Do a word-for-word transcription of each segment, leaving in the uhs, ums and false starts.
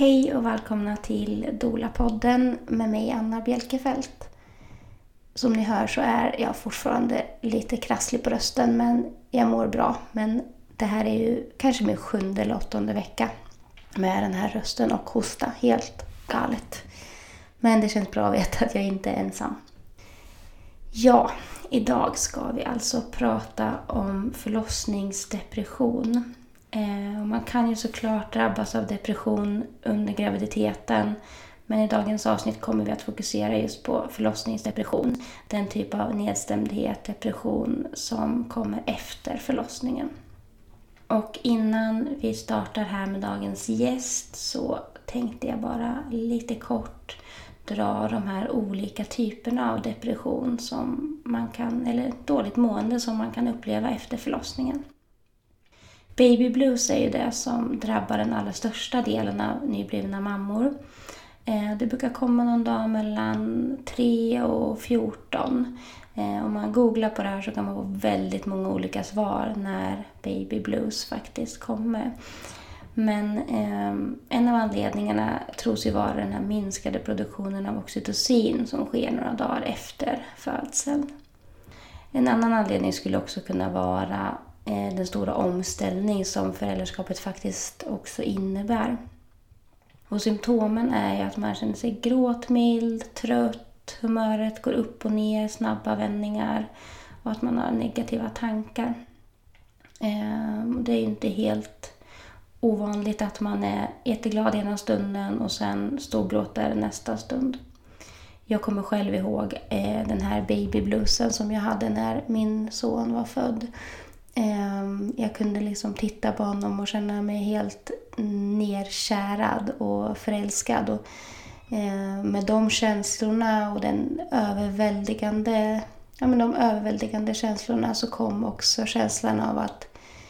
Hej och välkomna till Doula-podden med mig Anna Bjelkefelt. Som ni hör så är jag fortfarande lite krasslig på rösten, men jag mår bra. Men det här är ju kanske min sjunde eller åttonde vecka med den här rösten och hosta. Helt galet. Men det känns bra att veta att jag inte är ensam. Ja, idag ska vi alltså prata om förlossningsdepression. Eh, man kan ju såklart drabbas av depression under graviditeten. Men i dagens avsnitt kommer vi att fokusera just på förlossningsdepression. Den typ av nedstämdhet, depression som kommer efter förlossningen. Och innan vi startar här med dagens gäst så tänkte jag bara lite kort dra de här olika typerna av depression som man kan, eller dåligt mående som man kan uppleva efter förlossningen. Baby blues är ju det som drabbar den allra största delen av nyblivna mammor. Det brukar komma någon dag mellan tre och fjorton. Om man googlar på det här så kan man få väldigt många olika svar när baby blues faktiskt kommer. Men eh, en av anledningarna tros ju vara den här minskade produktionen av oxytocin som sker några dagar efter födseln. En annan anledning skulle också kunna vara eh, den stora omställning som föräldraskapet faktiskt också innebär. Och symptomen är ju att man känner sig gråtmild, trött, humöret går upp och ner, snabba vändningar och att man har negativa tankar. Eh, det är ju inte helt ovanligt att man är jätteglad ena stunden och sen storgråter nästa stund. Jag kommer själv ihåg eh, den här babybluesen som jag hade när min son var född. Eh, jag kunde liksom titta på honom och känna mig helt nerkärad och förälskad. Och, eh, med de känslorna och den överväldigande, ja, men de överväldigande känslorna så kom också känslan av att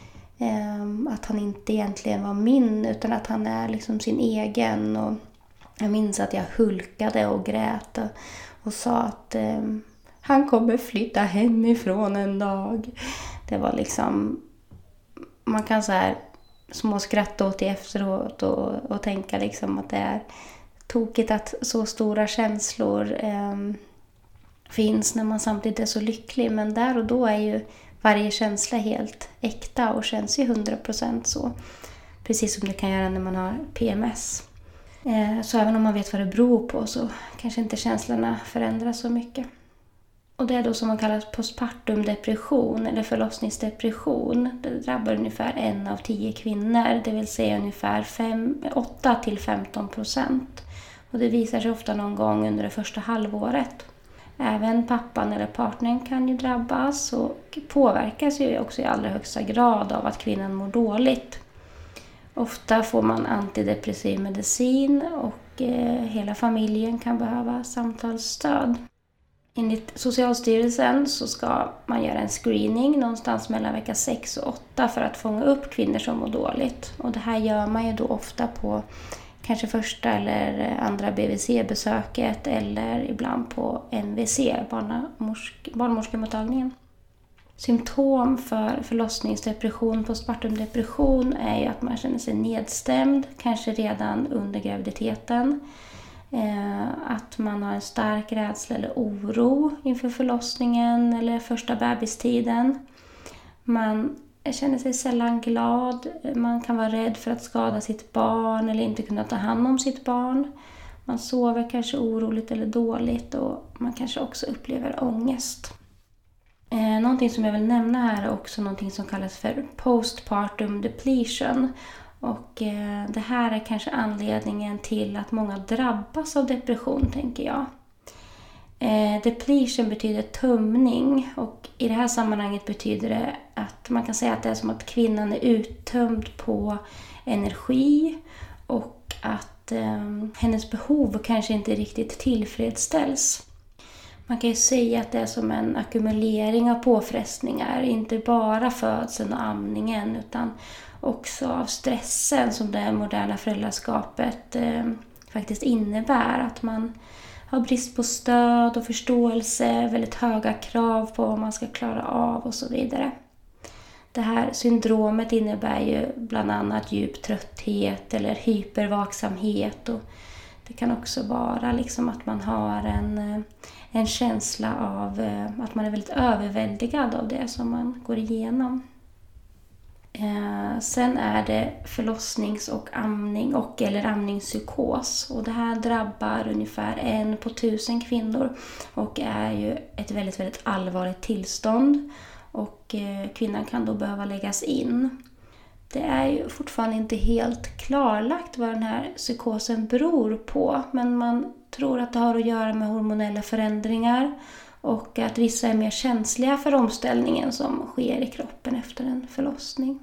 Att han inte egentligen var min utan att han är liksom sin egen. Och jag minns att jag hulkade och grät och, och sa att eh, han kommer flytta hemifrån en dag. Det var liksom, man kan så här små skratta åt det efteråt och, och tänka liksom att det är tokigt att så stora känslor eh, finns när man samtidigt är så lycklig. Men där och då är ju varje känsla helt äkta och känns ju hundra procent så. Precis som det kan göra när man har P M S. Så även om man vet vad det beror på så kanske inte känslorna förändras så mycket. Och det är då som man kallar postpartum depression eller förlossningsdepression. Det drabbar ungefär en av tio kvinnor, det vill säga ungefär åtta till femton procent. Och det visar sig ofta någon gång under det första halvåret. Även pappan eller partnern kan ju drabbas och påverkas ju också i allra högsta grad av att kvinnan mår dåligt. Ofta får man antidepressiv medicin och eh, hela familjen kan behöva samtalsstöd. Enligt Socialstyrelsen så ska man göra en screening någonstans mellan vecka sex och åtta för att fånga upp kvinnor som mår dåligt. Och det här gör man ju då ofta på kanske första eller andra B V C-besöket eller ibland på N V C, barnmorskemottagningen. Symptom för förlossningsdepression, postpartumdepression är ju att man känner sig nedstämd, kanske redan under graviditeten. Att man har en stark rädsla eller oro inför förlossningen eller första bebistiden. Man Jag känner sig sällan glad. Man kan vara rädd för att skada sitt barn eller inte kunna ta hand om sitt barn. Man sover kanske oroligt eller dåligt och man kanske också upplever ångest. Eh, någonting som jag vill nämna här är också någonting som kallas för postpartum depletion. Och eh, det här är kanske anledningen till att många drabbas av depression, tänker jag. Eh, depletion betyder tömning och i det här sammanhanget betyder det att man kan säga att det är som att kvinnan är uttömd på energi och att eh, hennes behov kanske inte riktigt tillfredsställs. Man kan ju säga att det är som en ackumulering av påfrestningar, inte bara födseln och amningen utan också av stressen som det moderna föräldraskapet eh, faktiskt innebär. Att man har brist på stöd och förståelse, väldigt höga krav på vad man ska klara av och så vidare. Det här syndromet innebär ju bland annat djup trötthet eller hypervaksamhet. Och det kan också vara liksom att man har en, en känsla av att man är väldigt överväldigad av det som man går igenom. Eh, sen är det förlossnings- och amning och eller amningspsykos. Och det här drabbar ungefär en på tusen kvinnor och är ju ett väldigt, väldigt allvarligt tillstånd. Och eh, kvinnan kan då behöva läggas in. Det är ju fortfarande inte helt klarlagt vad den här psykosen beror på. Men man tror att det har att göra med hormonella förändringar. Och att vissa är mer känsliga för omställningen som sker i kroppen efter en förlossning.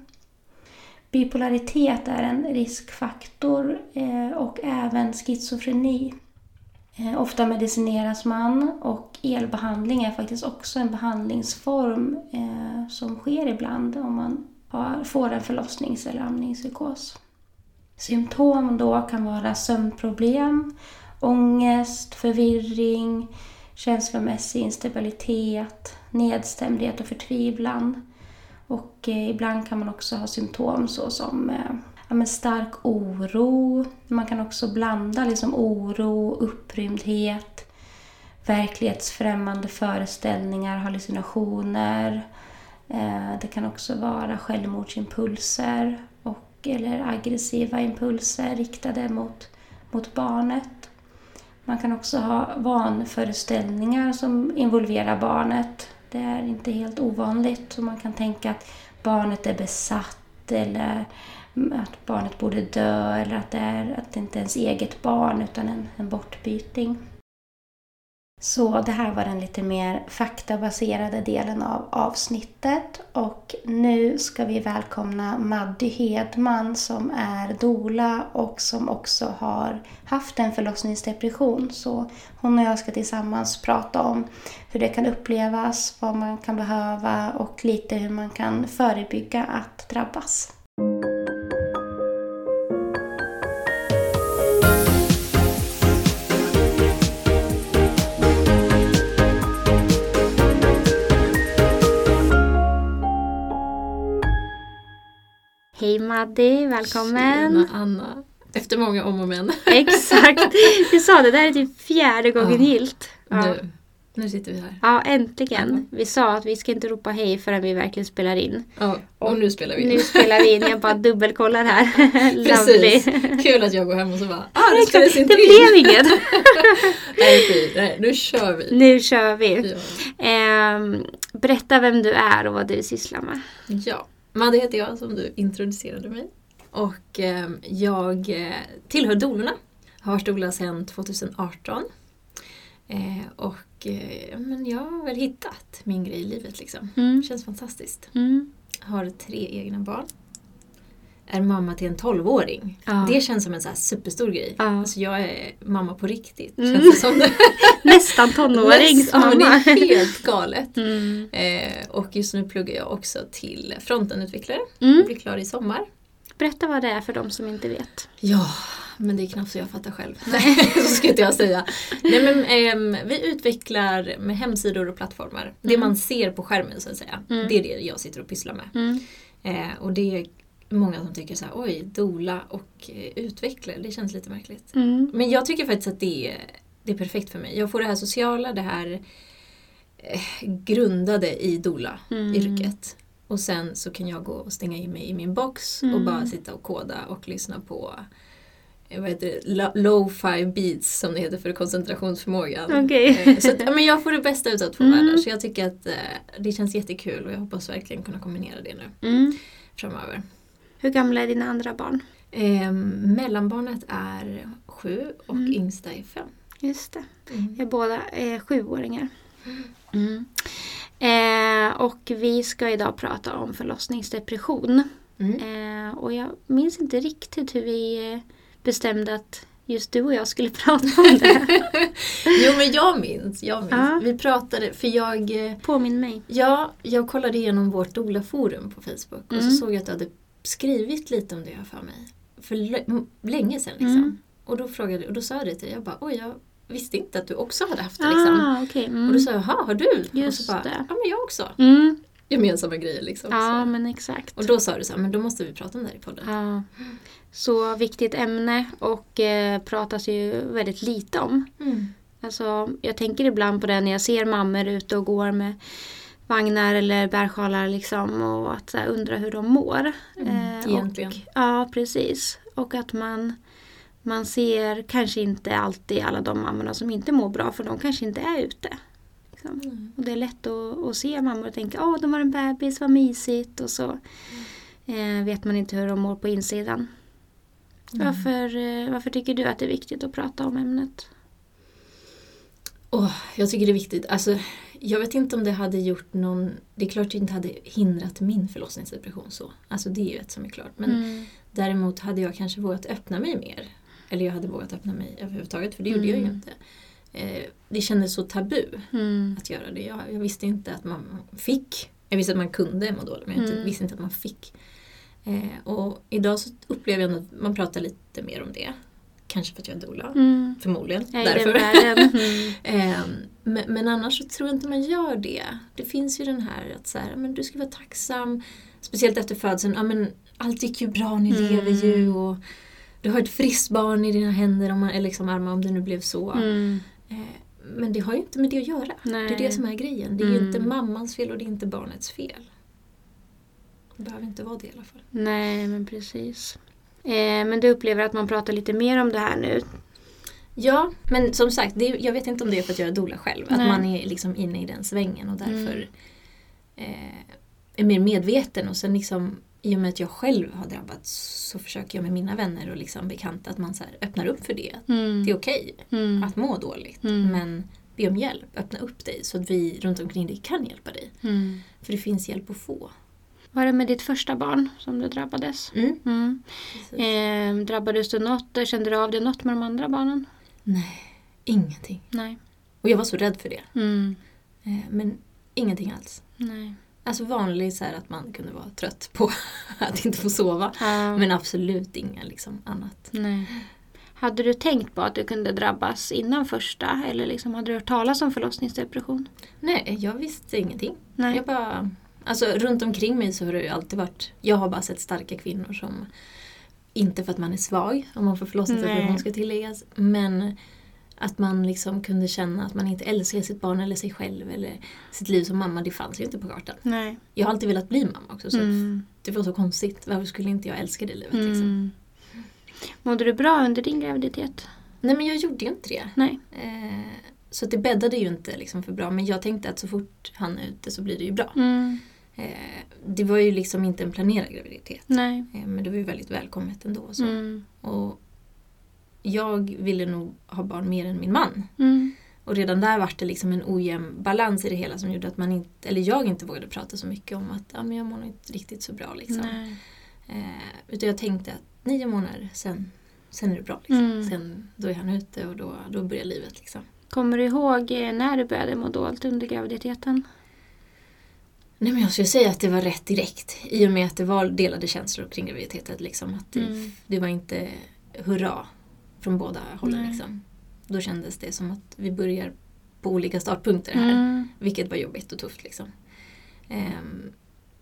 Bipolaritet är en riskfaktor eh, och även schizofreni. Eh, ofta medicineras man och elbehandling är faktiskt också en behandlingsform eh, som sker ibland om man har, får en förlossnings- eller amningspsykos. Symptom då kan vara sömnproblem, ångest, förvirring, känslomässig instabilitet, nedstämdhet och förtvivlan. Och eh, ibland kan man också ha symptom såsom eh, ja, men stark oro. Man kan också blanda liksom oro, upprymdhet, verklighetsfrämmande föreställningar, hallucinationer. Eh, det kan också vara självmordsimpulser och, eller aggressiva impulser riktade mot, mot barnet. Man kan också ha vanföreställningar som involverar barnet. Det är inte helt ovanligt. Så man kan tänka att barnet är besatt eller att barnet borde dö eller att det, är, att det inte är ens eget barn utan en, en bortbyting. Så det här var den lite mer faktabaserade delen av avsnittet. Och nu ska vi välkomna Maddy Hedman som är doula och som också har haft en förlossningsdepression. Så hon och jag ska tillsammans prata om hur det kan upplevas, vad man kan behöva och lite hur man kan förebygga att drabbas. Hej Maddy, välkommen. Tjena Anna. Efter många om och men. Exakt. Du sa det, där är typ fjärde gången ja. gilt. Ja. Nu, nu sitter vi här. Ja, äntligen. Mm. Vi sa att vi ska inte ropa hej förrän vi verkligen spelar in. Ja, och, och nu spelar vi in. Nu spelar vi in, jag bara dubbelkollar här. Precis. Kul att jag går hem och så bara, ah det spelas inte det in. blev inget. nej, nej, nej, nu kör vi. Nu kör vi. Ja. Eh, berätta vem du är och vad du sysslar med. Ja. Maddy heter jag som du introducerade mig. Och eh, jag eh, tillhör doulorna. Har varit doula sedan tjugoarton. Eh, och eh, men jag har väl hittat min grej i livet liksom. Mm. Det känns fantastiskt. Mm. Har tre egna barn. Är mamma till en tolvåring. Ja. Det känns som en så här superstor grej. Ja. Alltså jag är mamma på riktigt. Mm. Känns det som det. Nästan tonåringsmamma. Ja, det är helt galet. Mm. Eh, och just nu pluggar jag också till frontenutvecklare. Mm. Jag blir klar i sommar. Berätta vad det är för de som inte vet. Ja, men det är knappt så jag fattar själv. Så ska inte jag säga. Nej, men, eh, vi utvecklar med hemsidor och plattformar. Mm. Det man ser på skärmen så att säga. Mm. Det är det jag sitter och pysslar med. Mm. Eh, och det är många som tycker så här, oj, doula och eh, utvecklare, det känns lite märkligt. Mm. Men jag tycker faktiskt att det är, det är perfekt för mig. Jag får det här sociala, det här eh, grundade i doula-yrket. Mm. Och sen så kan jag gå och stänga in mig i min box mm. och bara sitta och koda och lyssna på vad heter det? Lo-fi beats som det heter för koncentrationsförmågan. Okay. Så att, men jag får det bästa utav två mm. världar. Så jag tycker att eh, det känns jättekul och jag hoppas verkligen kunna kombinera det nu mm. framöver. Hur gamla är dina andra barn? Eh, mellanbarnet är sju och mm. yngsta är fem. Just det. Mm. Vi är båda eh, sjuåringar. Mm. Eh, och vi ska idag prata om förlossningsdepression. Mm. Eh, och jag minns inte riktigt hur vi eh, bestämde att just du och jag skulle prata om det. Jo, men jag minns. Jag minns. Ja. Vi pratade, för jag... Påminn mig. Ja, jag kollade igenom vårt doula-forum på Facebook. Mm. Och så såg jag att du hade skrivit lite om det här för mig. För l- länge sedan liksom. Mm. Och då frågade och då sa jag det till dig. Jag bara, oj, jag visste inte att du också hade haft det liksom. Ah, okay. Mm. Och då sa jag, jaha, har du? Just och så bara, det. ja men jag också. Mm. gemensamma grejer liksom. Ja, så. Men exakt. Och då sa du så här, men då måste vi prata om det här i podden. Ja. Så viktigt ämne och eh, pratas ju väldigt lite om. Mm. Alltså, jag tänker ibland på det när jag ser mammor ute och går med vagnar eller bärsjalar liksom, och att så här, undra hur de mår. Mm, eh, egentligen. Och, ja, precis. Och att man, man ser kanske inte alltid alla de mammorna som inte mår bra, för de kanske inte är ute. Liksom. Mm. Och det är lätt att, att se mammor och tänka, åh, de har en bebis, vad mysigt. Och så mm. eh, vet man inte hur de mår på insidan. Mm. Varför, eh, varför tycker du att det är viktigt att prata om ämnet? Oh, jag tycker det är viktigt. Alltså, jag vet inte om det hade gjort någon... Det är klart det inte hade hindrat min förlossningsdepression så. Alltså det är ju ett som är klart. Men mm. däremot hade jag kanske vågat öppna mig mer. Eller jag hade vågat öppna mig överhuvudtaget. För det gjorde mm. jag ju inte. Eh, det kändes så tabu mm. att göra det. Jag, jag visste inte att man fick. Jag visste att man kunde må dåligt. Men jag mm. visste inte att man fick. Eh, och idag så upplever jag att man pratar lite mer om det. Kanske för att jag är doula. Mm. Förmodligen. Nej, därför. Mm. eh, men, men annars så tror jag inte man gör det. Det finns ju den här att så här, men du ska vara tacksam. Speciellt efter födseln. Ja, men allt gick ju bra, ni mm. lever ju. Och du har ett friskt barn i dina händer. Om man, eller liksom armar om det nu blev så. Mm. Eh, men det har ju inte med det att göra. Nej. Det är det som är grejen. Det är mm. ju inte mammans fel och det är inte barnets fel. Det behöver inte vara det i alla fall. Nej, men precis. Eh, men du upplever att man pratar lite mer om det här nu? Ja, men som sagt, det är, jag vet inte om det är för att jag är doula själv. Nej. Att man är liksom inne i den svängen och därför mm. eh, är mer medveten. Och sen liksom, i och med att jag själv har drabbats så försöker jag med mina vänner och liksom bekanta att man så här öppnar upp för det. Mm. Det är okej mm. att må dåligt. Mm. Men be om hjälp, öppna upp dig så att vi runt omkring dig kan hjälpa dig. Mm. För det finns hjälp att få. Var det med ditt första barn som du drabbades? Mm. Mm. Eh, drabbades du något? Kände du av det något med de andra barnen? Nej, ingenting. Nej. Och jag var så rädd för det. Mm. Eh, men ingenting alls. Nej. Alltså vanligt så här att man kunde vara trött på att inte få sova. Ja. Men absolut inga liksom annat. Nej. Hade du tänkt på att du kunde drabbas innan första? Eller liksom, hade du hört talas om förlossningsdepression? Nej, jag visste ingenting. Nej. Jag bara... Alltså runt omkring mig så har det ju alltid varit... Jag har bara sett starka kvinnor som... Inte för att man är svag, om man får förlossningsdepression ska tilläggas. Men att man liksom kunde känna att man inte älskar sitt barn eller sig själv. Eller sitt liv som mamma, det fanns ju inte på kartan. Nej. Jag har alltid velat bli mamma också. Så mm. det var så konstigt. Varför skulle inte jag älska det livet? Mm. Liksom? Mådde du bra under din graviditet? Nej, men jag gjorde ju inte det. Nej. Eh, så det bäddade ju inte liksom för bra. Men jag tänkte att så fort han är ute så blir det ju bra. Mm. Eh, det var ju liksom inte en planerad graviditet. Nej. Eh, men det var ju väldigt välkommet ändå. Så. Mm. Och jag ville nog ha barn mer än min man. Mm. Och redan där var det liksom en ojämn balans i det hela som gjorde att man inte, eller jag inte vågade prata så mycket om att ah, men jag mår inte riktigt så bra. Liksom. Eh, utan jag tänkte att nio månader, sen, sen är det bra. Liksom. Mm. Sen, då är han ute och då, då börjar livet. Liksom. Kommer du ihåg när du började må dåligt under graviditeten? Nej, men jag skulle säga att det var rätt direkt. I och med att det var delade känslor kring graviditeten. Liksom, att det, mm. det var inte hurra från båda hållen. Liksom. Då kändes det som att vi börjar på olika startpunkter här. Mm. Vilket var jobbigt och tufft. Liksom. Um,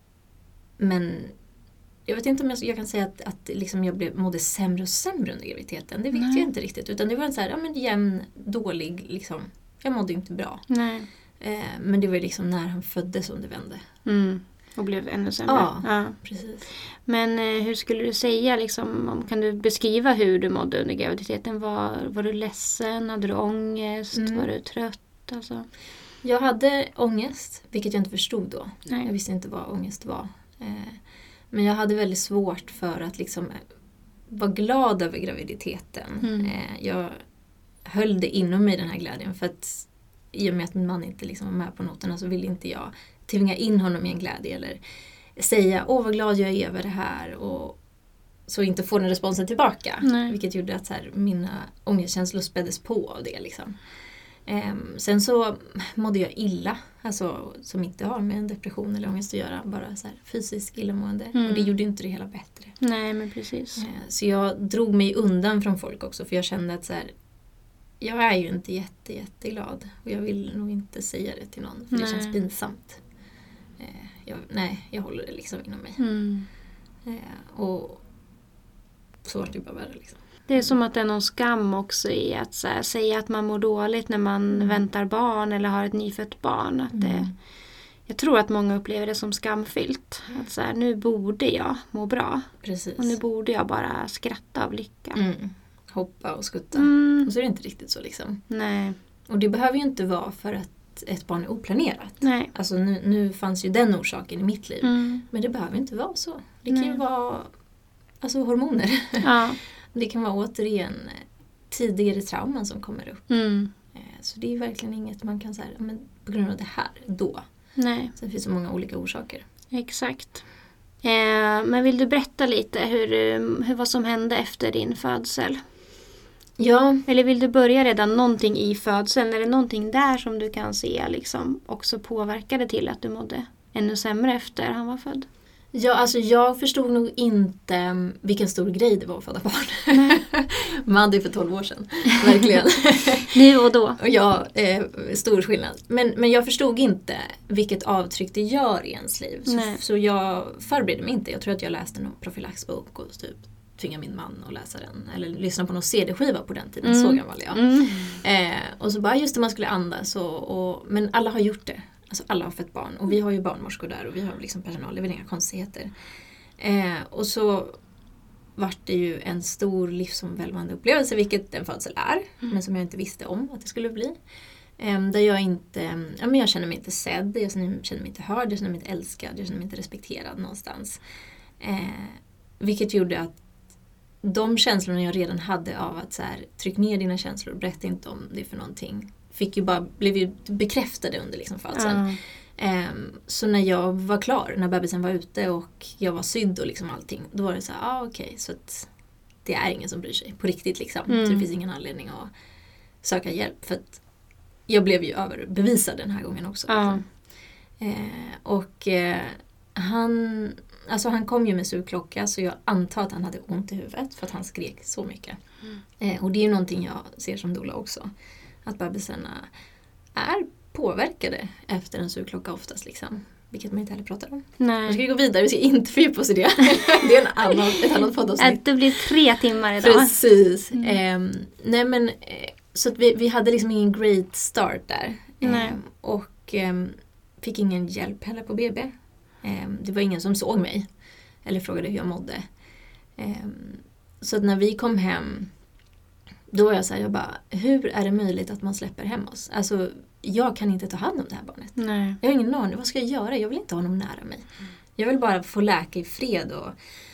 men jag vet inte om jag, jag kan säga att, att liksom jag blev, mådde sämre och sämre under graviditeten. Det vet Nej. jag inte riktigt. Utan det var en så här, ja, men jämn, dålig. Liksom. Jag mådde inte bra. Nej. Eh, men det var liksom när han föddes som det vände. Mm. Och blev ännu sämre. Ja, ja. Precis. Men eh, hur skulle du säga, liksom, kan du beskriva hur du mådde under graviditeten? Var, var du ledsen? Hade du ångest? Mm. Var du trött? Alltså? Jag hade ångest, vilket jag inte förstod då. Nej. Jag visste inte vad ångest var. Eh, men jag hade väldigt svårt för att liksom vara glad över graviditeten. Mm. Eh, jag höll det inom mig, den här glädjen, för att i och med att min man inte liksom var med på noterna så ville inte jag tvinga in honom i en glädje eller säga, åh vad glad jag är över det här, och så inte få den responsen tillbaka. Nej. Vilket gjorde att så här, mina ångestkänslor späddes på av det. Liksom. Ehm, sen så mådde jag illa, alltså, som inte har med en depression eller ångest att göra, bara så här, fysisk illamående. Mm. Och det gjorde inte det hela bättre. Nej, men precis. Ehm, så jag drog mig undan från folk också, för jag kände att så här, jag är ju inte jätte, jätteglad. Och jag vill nog inte säga det till någon. För Nej. det känns pinsamt. Eh, jag, nej, jag håller det liksom inom mig. Mm. Eh, och så var det ju bara värre liksom. Det är som att det är någon skam också i att så här, säga att man mår dåligt när man Mm. väntar barn eller har ett nyfött barn. Att det, Mm. jag tror att många upplever det som skamfyllt. Att så här, nu borde jag må bra. Precis. Och nu borde jag bara skratta av lycka. Mm. Hoppa och skutta. Mm. Och så är det inte riktigt så liksom. Nej. Och det behöver ju inte vara för att ett barn är oplanerat. Nej. Alltså nu, nu fanns ju den orsaken i mitt liv. Mm. Men det behöver inte vara så. Det kan ju Nej. vara alltså, hormoner. Ja. Det kan vara återigen tidigare trauman som kommer upp. Mm. Eh, Så det är verkligen inget man kan säga, men på grund av det här, då. Nej, Så det finns så många olika orsaker. exakt. Eh, men vill du berätta lite hur, eh, hur vad som hände efter din födsel? Ja, Eller vill du börja redan någonting i födseln? Är det någonting där som du kan se liksom också påverkade till att du mådde ännu sämre efter han var född? ja alltså jag förstod nog inte vilken stor grej det var att föda barn. Man hade ju för tolv år sedan, verkligen. Nu och då. Och ja, eh, stor skillnad. Men, men jag förstod inte vilket avtryck det gör i ens liv. Så, Nej. så jag förberedde mig inte. Jag tror att jag läste någon profylaxbok och typ tvingade min man att läsa den. Eller lyssna på någon C D-skiva på den tiden, Mm. så gammal jag. Mm. Eh, och så bara, just det, man skulle andas. Och, och, men alla har gjort det. Alltså alla har fött barn. Och vi har ju barnmorskor där och vi har liksom personal. Det är väl inga konstigheter. Eh, och så vart det ju en stor livsomvälvande upplevelse, vilket en födsel är. Mm. Men som jag inte visste om att det skulle bli. Eh, där jag inte, ja, men jag känner mig inte sedd, jag känner, känner mig inte hörd, jag känner mig inte älskad, jag känner mig inte respekterad någonstans. Eh, vilket gjorde att de känslorna jag redan hade av att så här, tryck ner dina känslor, berätta inte om det för någonting, fick ju bara, blev ju bekräftade under liksom födseln. Ja. Um, så när jag var klar, när bebisen var ute och jag var sydd och liksom allting, då var det så här, ah, okej, okay, så att det är ingen som bryr sig på riktigt liksom. Mm. Så det finns ingen anledning att söka hjälp, för att jag blev ju överbevisad den här gången också. Ja. Liksom. Eh, och eh, han, alltså han kom ju med sugklocka, så jag antar att han hade ont i huvudet för att han skrek så mycket. Mm. Eh, och det är ju någonting jag ser som doula också, att bebisarna är påverkade efter en sugklocka oftast liksom. Vilket man inte heller pratar om. Nej. Nu ska vi gå vidare, vi ska inte fördjupa oss i det. Det är en annan, ett annat poddavsnitt. Det blir tre timmar idag. Precis. Mm. Eh, nej men, eh, så att vi, vi hade liksom ingen great start där. Nej. Eh, och eh, fick ingen hjälp heller på B B. Eh, det var ingen som såg mig. Eller frågade hur jag mådde. Eh, så att när vi kom hem, då var jag så här, jag bara, hur är det möjligt att man släpper hem oss? Alltså, jag kan inte ta hand om det här barnet. Nej. Jag har ingen aning, vad ska jag göra? Jag vill inte ha honom nära mig. Jag vill bara få läka i fred och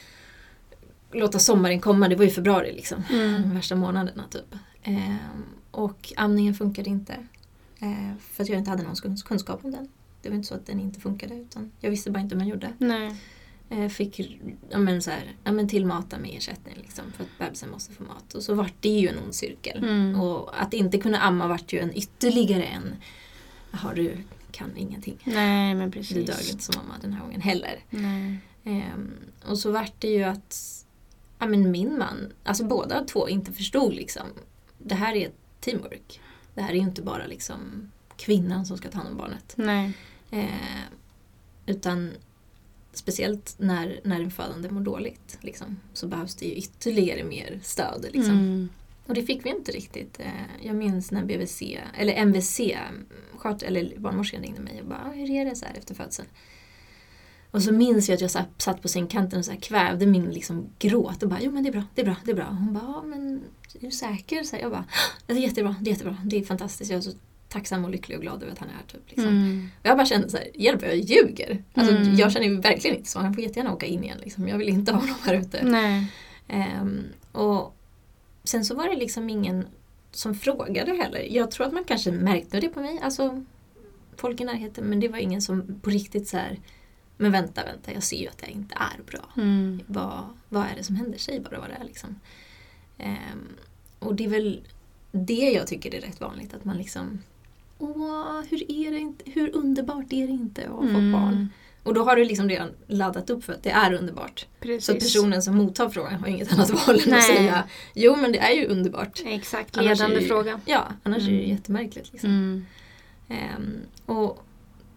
låta sommaren komma. Det var ju februari liksom. Mm. De värsta månaderna typ. Eh, och amningen funkade inte. Eh, för att jag inte hade någon kunskap om den. Det var inte så att den inte funkade, utan jag visste bara inte hur man gjorde. Nej. Eh, fick ja, men så här, ja, men tillmata med ersättning liksom, för att bebisen måste få mat. Och så vart det ju en ond cirkel. Mm. Och att inte kunna amma vart ju en ytterligare en, jaha, du kan ingenting. Nej, men Du precis. dög inte som mamma den här gången heller. Nej. Ehm, och så vart det ju att ja, men min man, alltså båda två inte förstod liksom, det här är teamwork. Det här är ju inte bara liksom kvinnan som ska ta hand om barnet. Nej. Ehm, utan speciellt när, när en födande mår dåligt liksom, så behövs det ju ytterligare mer stöd liksom. Mm. Och det fick vi inte riktigt. Jag minns när B V C, eller M V C, skart, eller barnmorskan ringde mig och bara, hur är det så här efter födseln? Och så minns jag att jag satt på sängkanten och så här kvävde min liksom gråt och bara, jo men det är bra, det är bra, det är bra. Och hon bara, ja men är du säker? Så här, jag bara, det är jättebra, det är jättebra, det är fantastiskt. Jag är så tacksam och lycklig och glad över att han är här typ. Liksom. Mm. Och jag bara kände så här, hjälp, jag ljuger. Alltså Mm. jag känner ju verkligen inte så, han får jättegärna åka in igen liksom. Jag vill inte ha honom här ute. Nej. Um, och sen så var det liksom ingen som frågade heller. Jag tror att man kanske märkte det på mig. Alltså folk i närheten. Men det var ingen som på riktigt så här, men vänta, vänta. Jag ser ju att det inte är bra. Mm. Vad, vad är det som händer? Säg bara vad det är liksom. Um, och det är väl det jag tycker är rätt vanligt. Att man liksom, åh, hur är det inte? Hur underbart är det inte att ha fått Mm. barn? Och då har du liksom redan laddat upp för att det är underbart. Precis. Så att personen som mottar frågan har inget annat val än Nej. att säga, jo men det är ju underbart. Exakt, Annars ledande är det ju- fråga. Ja, annars är det ju Mm. jättemärkligt. Liksom. Mm. Ehm, och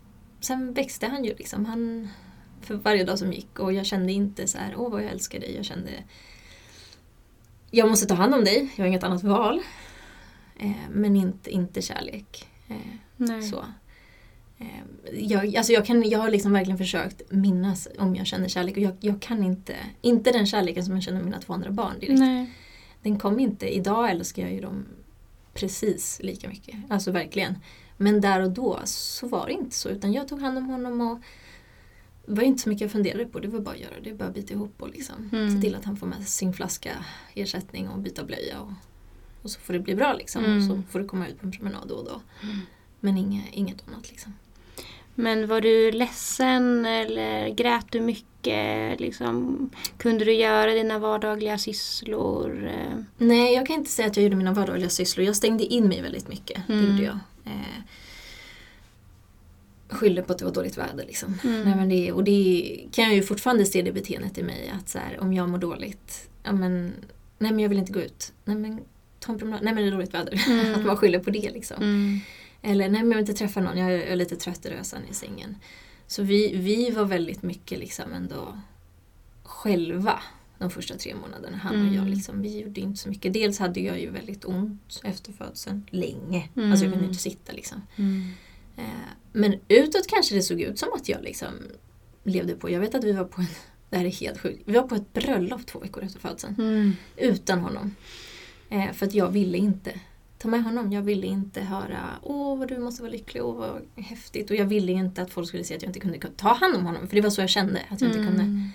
sen växte han ju liksom. Han, för varje dag som gick. Och jag kände inte så här, åh vad jag älskar dig. Jag kände, jag måste ta hand om dig. Jag har inget annat val. Eh, men inte, inte kärlek. Eh, Nej. Så. Eh, jag, alltså jag, kan, jag har liksom verkligen försökt minnas om jag känner kärlek. Och jag, jag kan inte, inte den kärleken som jag känner med mina två andra barn direkt. Nej. Den kom inte. Idag älskar jag ju dem precis lika mycket. Alltså verkligen. Men där och då så var det inte så. Utan jag tog hand om honom och det var inte så mycket jag funderade på. Det var bara att göra det. Bara bita ihop och liksom. Mm. Se till att han får med sin flaska ersättning och byta blöja. Och, och så får det bli bra liksom. Mm. Och så får du komma ut på en promenad då och då. Mm. Men inget, inget annat liksom. Men var du ledsen eller grät du mycket? Liksom, kunde du göra dina vardagliga sysslor? Nej, jag kan inte säga att jag gjorde mina vardagliga sysslor. Jag stängde in mig väldigt mycket. Mm. Det gjorde jag. Eh, skyllde på att det var dåligt väder. Liksom. Mm. Nej, men det, och det kan jag ju fortfarande se det beteendet i mig. Att så här, om jag mår dåligt. Ja, men, nej, men jag vill inte gå ut. Nej, men ta en promenad. Nej, men det är dåligt väder. Mm. Att man skyller på det liksom. Mm. Eller nej, men jag vill inte träffa någon. Jag är lite trött i rösan i sängen. Så vi, vi var väldigt mycket liksom ändå själva de första tre månaderna. Han mm. och jag liksom, vi gjorde inte så mycket. Dels hade jag ju väldigt ont efter födseln. Länge. Mm. Alltså jag kunde inte sitta liksom. Mm. Eh, men utåt kanske det såg ut som att jag liksom levde på. Jag vet att vi var på en, det här är helt sjukt. Vi var på ett bröllop två veckor efter födseln. Mm. Utan honom. Eh, för att jag ville inte ta med honom. Jag ville inte höra, åh vad du måste vara lycklig, åh vad häftigt. Och jag ville inte att folk skulle se att jag inte kunde ta hand om honom. För det var så jag kände, att jag inte mm. kunde.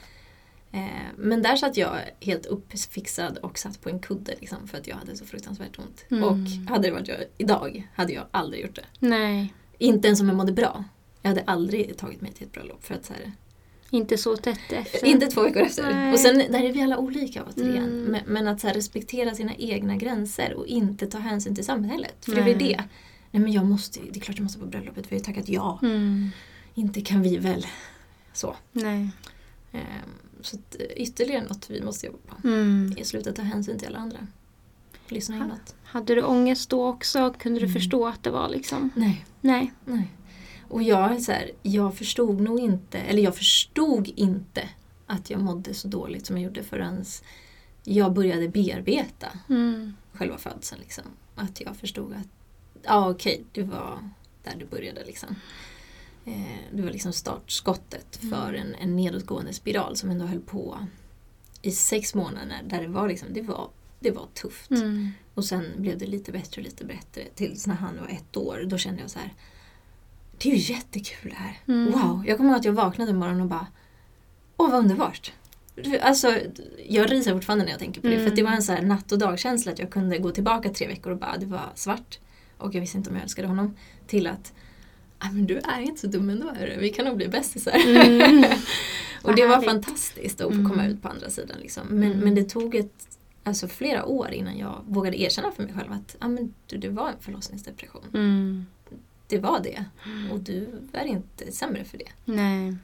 Eh, men där satt jag helt uppfixad och satt på en kudde liksom, för att jag hade så fruktansvärt ont. Mm. Och hade det varit jag idag, hade jag aldrig gjort det. Nej. Inte ens om jag mådde bra. Jag hade aldrig tagit mig till ett bröllop för att så här, inte så tätt efter. Inte två veckor efter. Nej. Och sen, där är vi alla olika återigen. Mm. Men, men att så här, respektera sina egna gränser och inte ta hänsyn till samhället. För Nej. det är det. Nej, men jag måste, det är klart jag måste på bröllopet för jag har tackat ja. Mm. Inte kan vi väl så. Nej. Um, så att, ytterligare något vi måste jobba på. Mm. Är sluta ta hänsyn till alla andra. Lyssna ha, inåt. Hade du ångest då också? Kunde du mm. förstå att det var liksom? Nej. Nej. Nej. Och jag är så här, jag förstod nog inte, eller jag förstod inte att jag mådde så dåligt som jag gjorde förrän jag började bearbeta mm. själva födseln. Liksom. Att jag förstod att, ja okej, det var där det började liksom. Eh, det var liksom startskottet för mm. en, en nedåtgående spiral som ändå höll på i sex månader där det var liksom, det var, det var tufft. Mm. Och sen blev det lite bättre och lite bättre tills när han var ett år, då kände jag så här, det är ju jättekul det här. Mm. Wow, jag kommer ihåg att jag vaknade en morgon och bara, åh vad underbart. Alltså, jag risar fortfarande när jag tänker på det. Mm. För att det var en så här natt- och dagkänsla att jag kunde gå tillbaka tre veckor och bara, det var svart. Och jag visste inte om jag älskade honom. Till att, men du är inte så dum ändå. Vi kan nog bli bästisar. Mm. Och det var fantastiskt att få komma ut på andra sidan. Liksom. Men, mm. men det tog ett, alltså, flera år innan jag vågade erkänna för mig själv att ah, men, du, det var en förlossningsdepression. Mm. Det var det. Och du är inte sämre för det. Nej.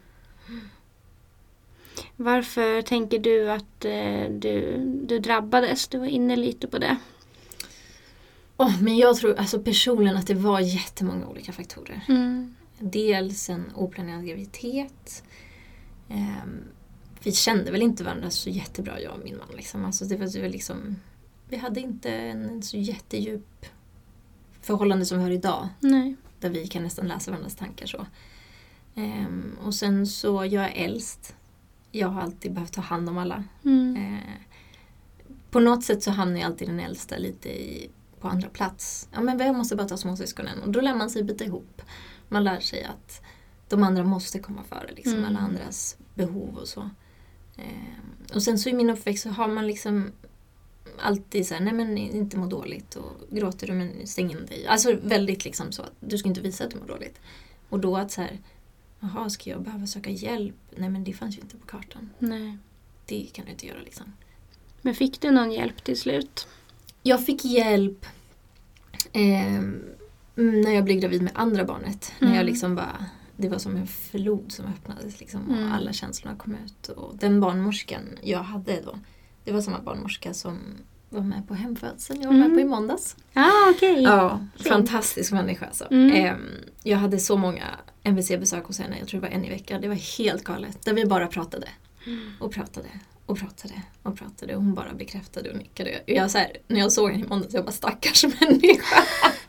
Varför tänker du att eh, du, du drabbades? Du var inne lite på det. Oh, men jag tror alltså personligen att det var jättemånga olika faktorer. Mm. Dels en oplanerad graviditet. Um, vi kände väl inte varandra så jättebra, jag och min man. Liksom. Alltså, det var, det var liksom, vi hade inte en, en så jättedjup förhållande som vi har idag. Nej. Där vi kan nästan läsa varandras tankar så. Um, och sen så, jag är äldst. Jag har alltid behövt ta hand om alla. Mm. Uh, på något sätt så hamnar jag alltid den äldsta lite i, på andra plats. Ja, men jag måste bara ta småsyskonen. Och då lär man sig bita ihop. Man lär sig att de andra måste komma före. Liksom, mm. alla andras behov och så. Uh, och sen så i min uppväxt så har man liksom alltid så här, nej men inte må dåligt och gråter du men stäng in dig. Alltså väldigt liksom så att du ska inte visa att du mår dåligt. Och då att så här, jaha, ska jag behöva söka hjälp? Nej men det fanns ju inte på kartan. Nej. Det kan du inte göra liksom. Men fick du någon hjälp till slut? Jag fick hjälp eh, när jag blev gravid med andra barnet. Mm. När jag liksom bara, det var som en flod som öppnades liksom och mm. alla känslorna kom ut. Och den barnmorskan jag hade då, det var samma barnmorska som var med på hemfödseln. Jag var mm. med på i måndags. Ah, okej. Okay. Ja, fantastisk människa alltså. Mm. Jag hade så många M V C-besök hos henne, jag tror det var en i veckan. Det var helt galet. Där vi bara pratade. Mm. Och pratade. Och pratade. Och pratade. Och hon bara bekräftade och nickade. Och jag så här, när jag såg henne i måndags, jag bara stackars människa.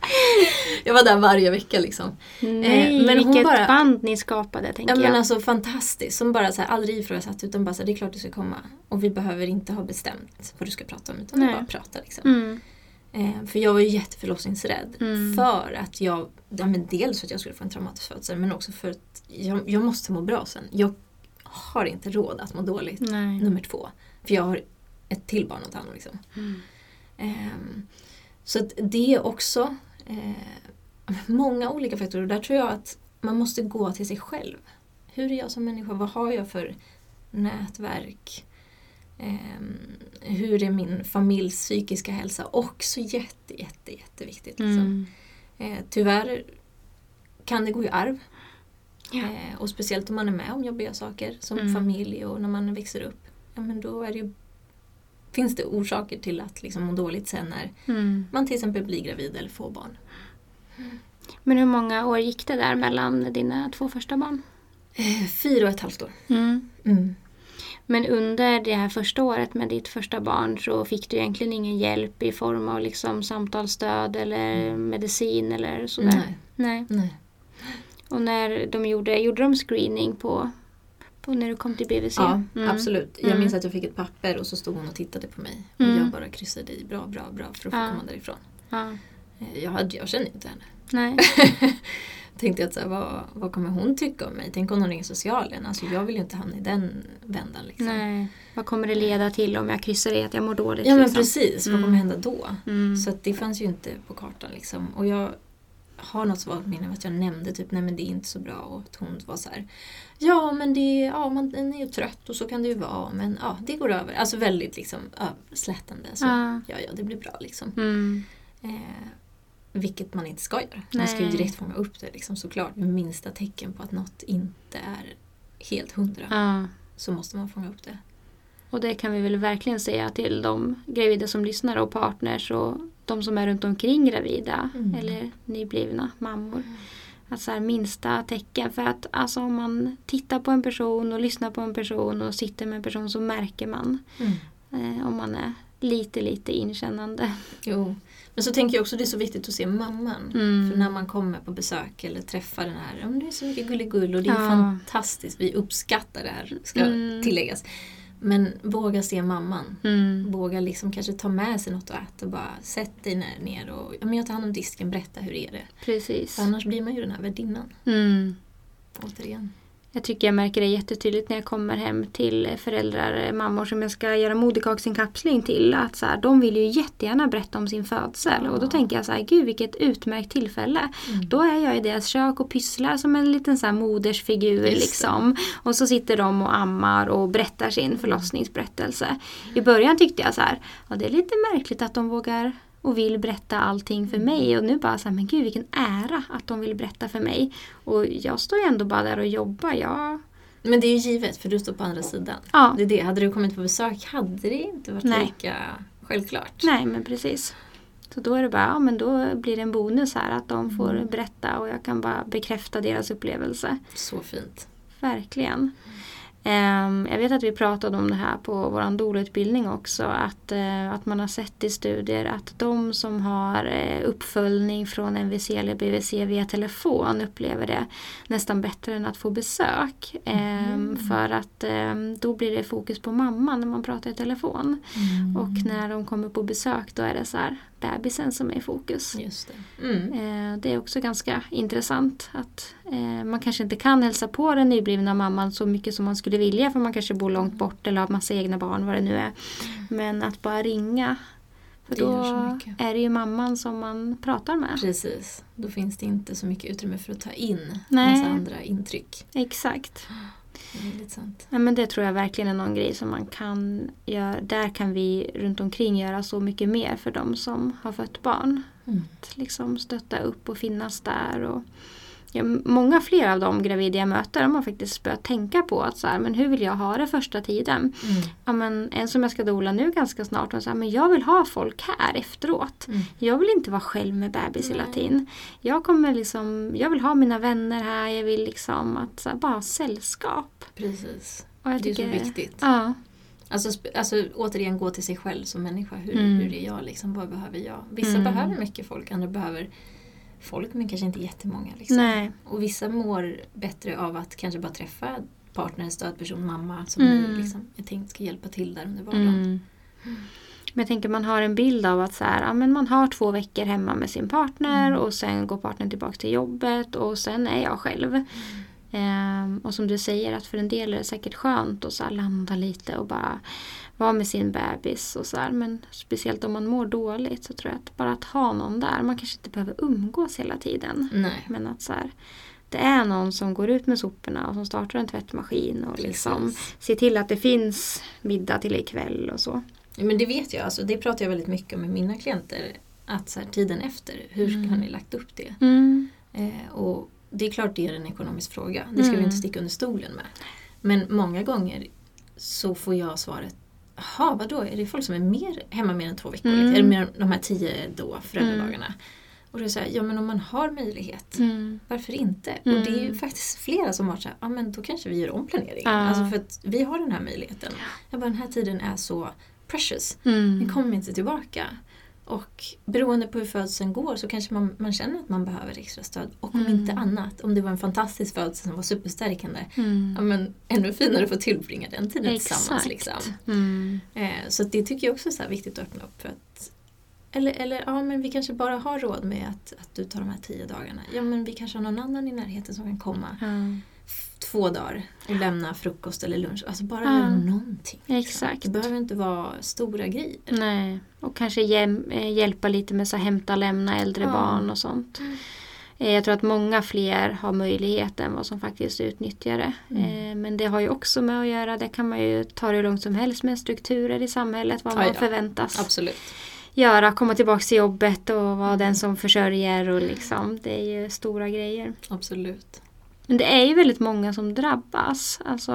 Jag var där varje vecka liksom. Nej, eh, men vilket hon bara, band ni skapade, tänker ja, jag. Men alltså fantastiskt. Som bara så här, aldrig ifrågasatt, utan bara så här, det är klart du ska komma. Och vi behöver inte ha bestämt vad du ska prata om, utan bara prata liksom. Mm. Eh, för jag var ju jätteförlossningsrädd. Mm. För att jag, ja, men dels för att jag skulle få en traumatisk födsel, men också för att jag, jag måste må bra sen. Jag har inte råd att må dåligt. Nej. Nummer två. För jag har ett till barn att ta hand om liksom. Mm. Eh, så att det är också eh, många olika faktorer. Där tror jag att man måste gå till sig själv. Hur är jag som människa? Vad har jag för nätverk? Eh, hur är min familjs psykiska hälsa? Också jätte, jätte, jätteviktigt. Liksom. Mm. Eh, tyvärr kan det gå i arv. Ja. Eh, och speciellt om man är med om jobbiga saker som mm. familj och när man växer upp. Ja, men då är det ju, finns det orsaker till att liksom må dåligt sen när mm. man till exempel blir gravid eller får barn. Mm. Men hur många år gick det där mellan dina två första barn? Eh, fyra och ett halvt år. Mm. Mm. Men under det här första året med ditt första barn så fick du egentligen ingen hjälp i form av liksom samtalsstöd eller mm. medicin eller sådär? Nej. Nej. Nej. Och när de gjorde, gjorde de screening på, på när du kom till B V C? Ja, mm. absolut. Jag minns att jag fick ett papper och så stod hon och tittade på mig. Och mm. jag bara kryssade i bra, bra, bra för att få ja. komma därifrån. Ja. Jag, hade, jag kände inte henne. Nej. Tänkte att så här, vad, vad kommer hon tycka om mig? Tänk om hon ringer socialen. Alltså, jag vill ju inte hamna i den vändan. Liksom. Nej. Vad kommer det leda till om jag kryssar i att jag mår dåligt? Ja, men liksom? precis. Mm. Vad kommer hända då? Mm. Så att det fanns ju inte på kartan. Liksom. Och jag har något svagt minne av att jag nämnde typ, nej men det är inte så bra. Och att hon var så här, ja men det är, ja, man är ju trött och så kan det ju vara. Men ja, det går över. Alltså väldigt liksom överslätande. Så ja, ja, ja det blir bra liksom. Mm. Eh, vilket man inte ska göra. Man nej. ska ju direkt fånga upp det liksom, såklart. Med minsta tecken på att något inte är helt hundra. Ja. Så måste man fånga upp det. Och det kan vi väl verkligen säga till de gravida som lyssnar och partners och de som är runt omkring gravida mm. eller nyblivna mammor. Mm. Att så här, minsta tecken. För att alltså, om man tittar på en person och lyssnar på en person och sitter med en person så märker man mm. eh, om man är lite, lite inkännande. Jo, men så tänker jag också det är så viktigt att se mamman. Mm. För när man kommer på besök eller träffar den här, ja, det är så mycket gulligull och det är ja. fantastiskt. Vi uppskattar det här, ska mm. tilläggas. Men våga se mamman. Mm. Våga liksom kanske ta med sig något att äta. Och bara sätt dig ner och ja, men jag tar hand om disken, berätta hur är det. Precis. För annars blir man ju den här värdinnan. Mm. Återigen. Jag tycker jag märker det jättetydligt när jag kommer hem till föräldrar, mammor som jag ska göra moderkaksinkapsling till. Att så här, de vill ju jättegärna berätta om sin födsel. Ja. Och då tänker jag så här, gud vilket utmärkt tillfälle. Mm. Då är jag i deras kök och pysslar som en liten så här modersfigur liksom. Och så sitter de och ammar och berättar sin förlossningsberättelse. Mm. I början tyckte jag så här, ja, det är lite märkligt att de vågar och vill berätta allting för mig. Och nu bara så här, men gud vilken ära att de vill berätta för mig. Och jag står ju ändå bara där och jobbar. Jag... Men det är ju givet för du står på andra sidan. Ja. Det är det. Hade du kommit på besök hade det inte varit Nej. lika självklart. Nej, men precis. Så då är det bara, ja men då blir det en bonus här att de får mm. berätta och jag kan bara bekräfta deras upplevelse. Så fint. Verkligen. Um, jag vet att vi pratade om det här på vår doula-utbildning också, att, uh, att man har sett i studier att de som har uh, uppföljning från M V C eller B V C via telefon upplever det nästan bättre än att få besök. Um, mm. För att um, då blir det fokus på mamman när man pratar i telefon. Mm. Och när de kommer på besök då är det så här bebisen som är i fokus. Just det. Mm. Uh, det är också ganska intressant att uh, man kanske inte kan hälsa på den nyblivna mamman så mycket som man skulle vilja, för man kanske bor långt bort eller har massa egna barn, vad det nu är. Mm. Men att bara ringa, för det då är det ju mamman som man pratar med. Precis, då finns det inte så mycket utrymme för att ta in Nej. massa andra intryck. Exakt. Det är väldigt sant. Ja, men det tror jag verkligen är någon grej som man kan göra. Där kan vi runt omkring göra så mycket mer för de som har fått barn. Mm. Att liksom stötta upp och finnas där och ja, många fler av de gravida jag möter, de har faktiskt börjat tänka på att så här, men hur vill jag ha det första tiden? Mm. Ja, men en som jag ska dola nu ganska snart, och så här, men jag vill ha folk här efteråt. Mm. Jag vill inte vara själv med bebis Nej. hela tiden. Jag kommer liksom, jag vill ha mina vänner här, jag vill liksom att så här, bara ha sällskap. Precis. Och jag det tycker, är så viktigt. Ja. Alltså, alltså återigen gå till sig själv som människa. Hur, Mm. hur är jag liksom? Vad behöver jag? Vissa Mm. behöver mycket folk, andra behöver folk, men kanske inte jättemånga. Liksom. Nej. Och vissa mår bättre av att kanske bara träffa partner, stödperson, mamma som Mm. ni liksom, jag tänkte ska hjälpa till där under vardagen. Mm. Men jag tänker man har en bild av att så här, ja, men man har två veckor hemma med sin partner Mm. och sen går partnern tillbaka till jobbet och sen är jag själv. Mm. Ehm, och som du säger, att för en del är det säkert skönt att så här landa lite och bara vara med sin bebis och så här. Men speciellt om man mår dåligt så tror jag att bara att ha någon där, man kanske inte behöver umgås hela tiden. Nej. Men att så här, det är någon som går ut med soporna och som startar en tvättmaskin och liksom ser till att det finns middag till ikväll och så. Ja, men det vet jag, alltså, det pratar jag väldigt mycket om med mina klienter. Att så här, tiden efter, hur Mm. har ni lagt upp det? Mm. Eh, och det är klart det är en ekonomisk fråga. Det ska Mm. vi inte sticka under stolen med. Men många gånger så får jag svaret, jaha, vadå? Är det folk som är mer, hemma mer än två veckor? Mm. Är det mer de här tio då, föräldradagarna? Mm. Och då är det så här, ja men om man har möjlighet, Mm. varför inte? Mm. Och det är ju faktiskt flera som har så här, ja men då kanske vi gör om planeringen. Ja. Alltså för att vi har den här möjligheten. Jag bara, den här tiden är så precious. Mm. Den kommer inte tillbaka. Och beroende på hur födseln går så kanske man, man känner att man behöver extra stöd. Och om Mm. inte annat, om det var en fantastisk födsel som var superstärkande, Mm. ja, men ännu finare att få tillbringa den tiden Exakt. tillsammans. Liksom. Mm. Eh, så det tycker jag också är så här viktigt att öppna upp för att eller, eller ja, men vi kanske bara har råd med att, att du tar de här tio dagarna. Ja, men vi kanske har någon annan i närheten som kan komma Ja. f- två dagar och lämna frukost eller lunch. Alltså bara Ja. göra någonting. liksom. Exakt. Det behöver inte vara stora grejer. Nej, och kanske jäm, eh, hjälpa lite med så här, hämta, lämna äldre Ja. barn och sånt. Mm. Eh, jag tror att många fler har möjlighet än vad som faktiskt utnyttjar det. Mm. Eh, men det har ju också med att göra, det kan man ju ta det hur långt som helst med strukturer i samhället, vad Ja, man ja. förväntas Absolut. göra, komma tillbaka till jobbet och vara den som försörjer och liksom, det är ju stora grejer. Absolut. Men det är ju väldigt många som drabbas. Alltså,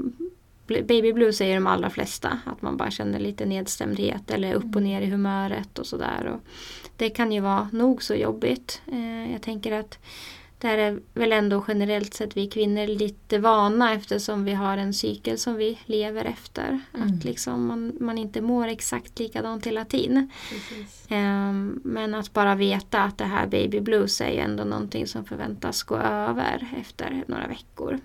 baby blue säger de allra flesta. Att man bara känner lite nedstämdhet eller upp och ner i humöret och sådär. Det kan ju vara nog så jobbigt. Eh, jag tänker att det här är väl ändå generellt sett vi kvinnor lite vana eftersom vi har en cykel som vi lever efter. Mm. Att liksom man, man inte mår exakt likadant hela tiden. Precis. Eh, men att bara veta att det här baby blues är ju ändå någonting som förväntas gå över efter några veckor.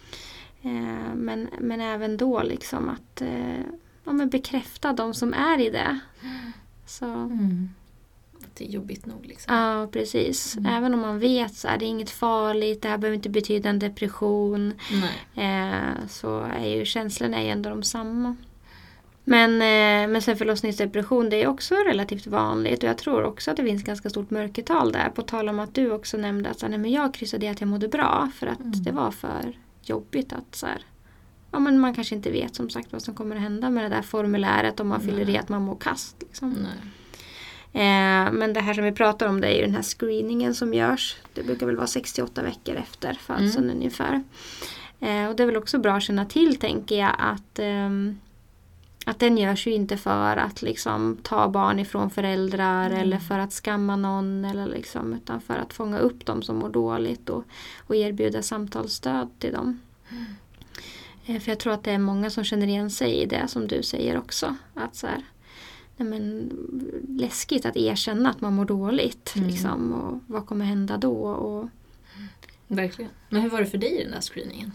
Eh, men, men även då liksom att eh, ja, men bekräfta de som är i det. Så, Mm. Det är jobbigt nog liksom. ja, precis. Mm. Även om man vet så här, det är inget farligt, det här behöver inte betyda en depression. Nej. Eh, så är ju känslorna är ändå de samma. Men, eh, men sen förlossningsdepression, det är också relativt vanligt. Och jag tror också att det finns ganska stort mörkertal där. På tal om att du också nämnde att så här, nej, men jag kryssade att jag mådde bra. För att Mm. det var för jobbigt att så här, ja, men man kanske inte vet som sagt vad som kommer att hända med det där formuläret om man fyller i att man mår kast. Liksom. Nej. Eh, men det här som vi pratar om, det är ju den här screeningen som görs. Det brukar väl vara sextioåtta veckor efter födseln Mm. ungefär. Eh, och det är väl också bra att känna till, tänker jag, att, ehm, att den görs ju inte för att liksom ta barn ifrån föräldrar Mm. eller för att skamma någon, eller liksom, utan för att fånga upp dem som mår dåligt och, och erbjuda samtalsstöd till dem. Mm. Eh, för jag tror att det är många som känner igen sig i det som du säger också. Att så här, nej men, läskigt att erkänna att man mår dåligt. Mm. Liksom, och vad kommer hända då? Och, Verkligen. Men hur var det för dig i den där screeningen?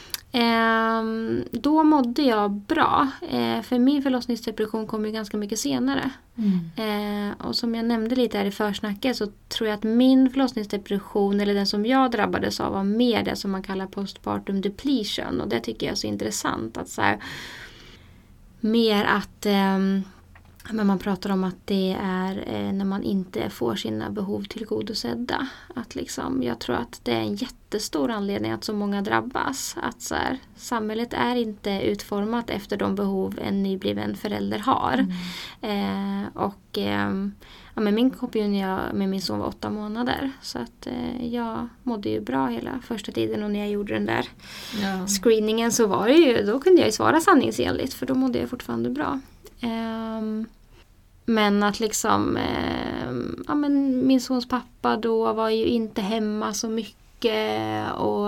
ehm, då mådde jag bra. Eh, för min förlossningsdepression kom ju ganska mycket senare. Mm. Eh, och som jag nämnde lite här i försnacket så tror jag att min förlossningsdepression, eller den som jag drabbades av, var mer det som man kallar postpartum depletion. Och det tycker jag är så intressant. Att så här, mer att... ehm, Men man pratar om att det är eh, när man inte får sina behov tillgodosedda. Att liksom, jag tror att det är en jättestor anledning att så många drabbas. Att så här, samhället är inte utformat efter de behov en nybliven förälder har. Mm. Eh, och eh, ja, men min kompanjon jag med min son var åtta månader. Så att eh, jag mådde ju bra hela första tiden. Och när jag gjorde den där ja. screeningen så var det ju, då kunde jag ju svara sanningsenligt. För då mådde jag fortfarande bra. Um, men att liksom um, ja, men min sons pappa då var ju inte hemma så mycket och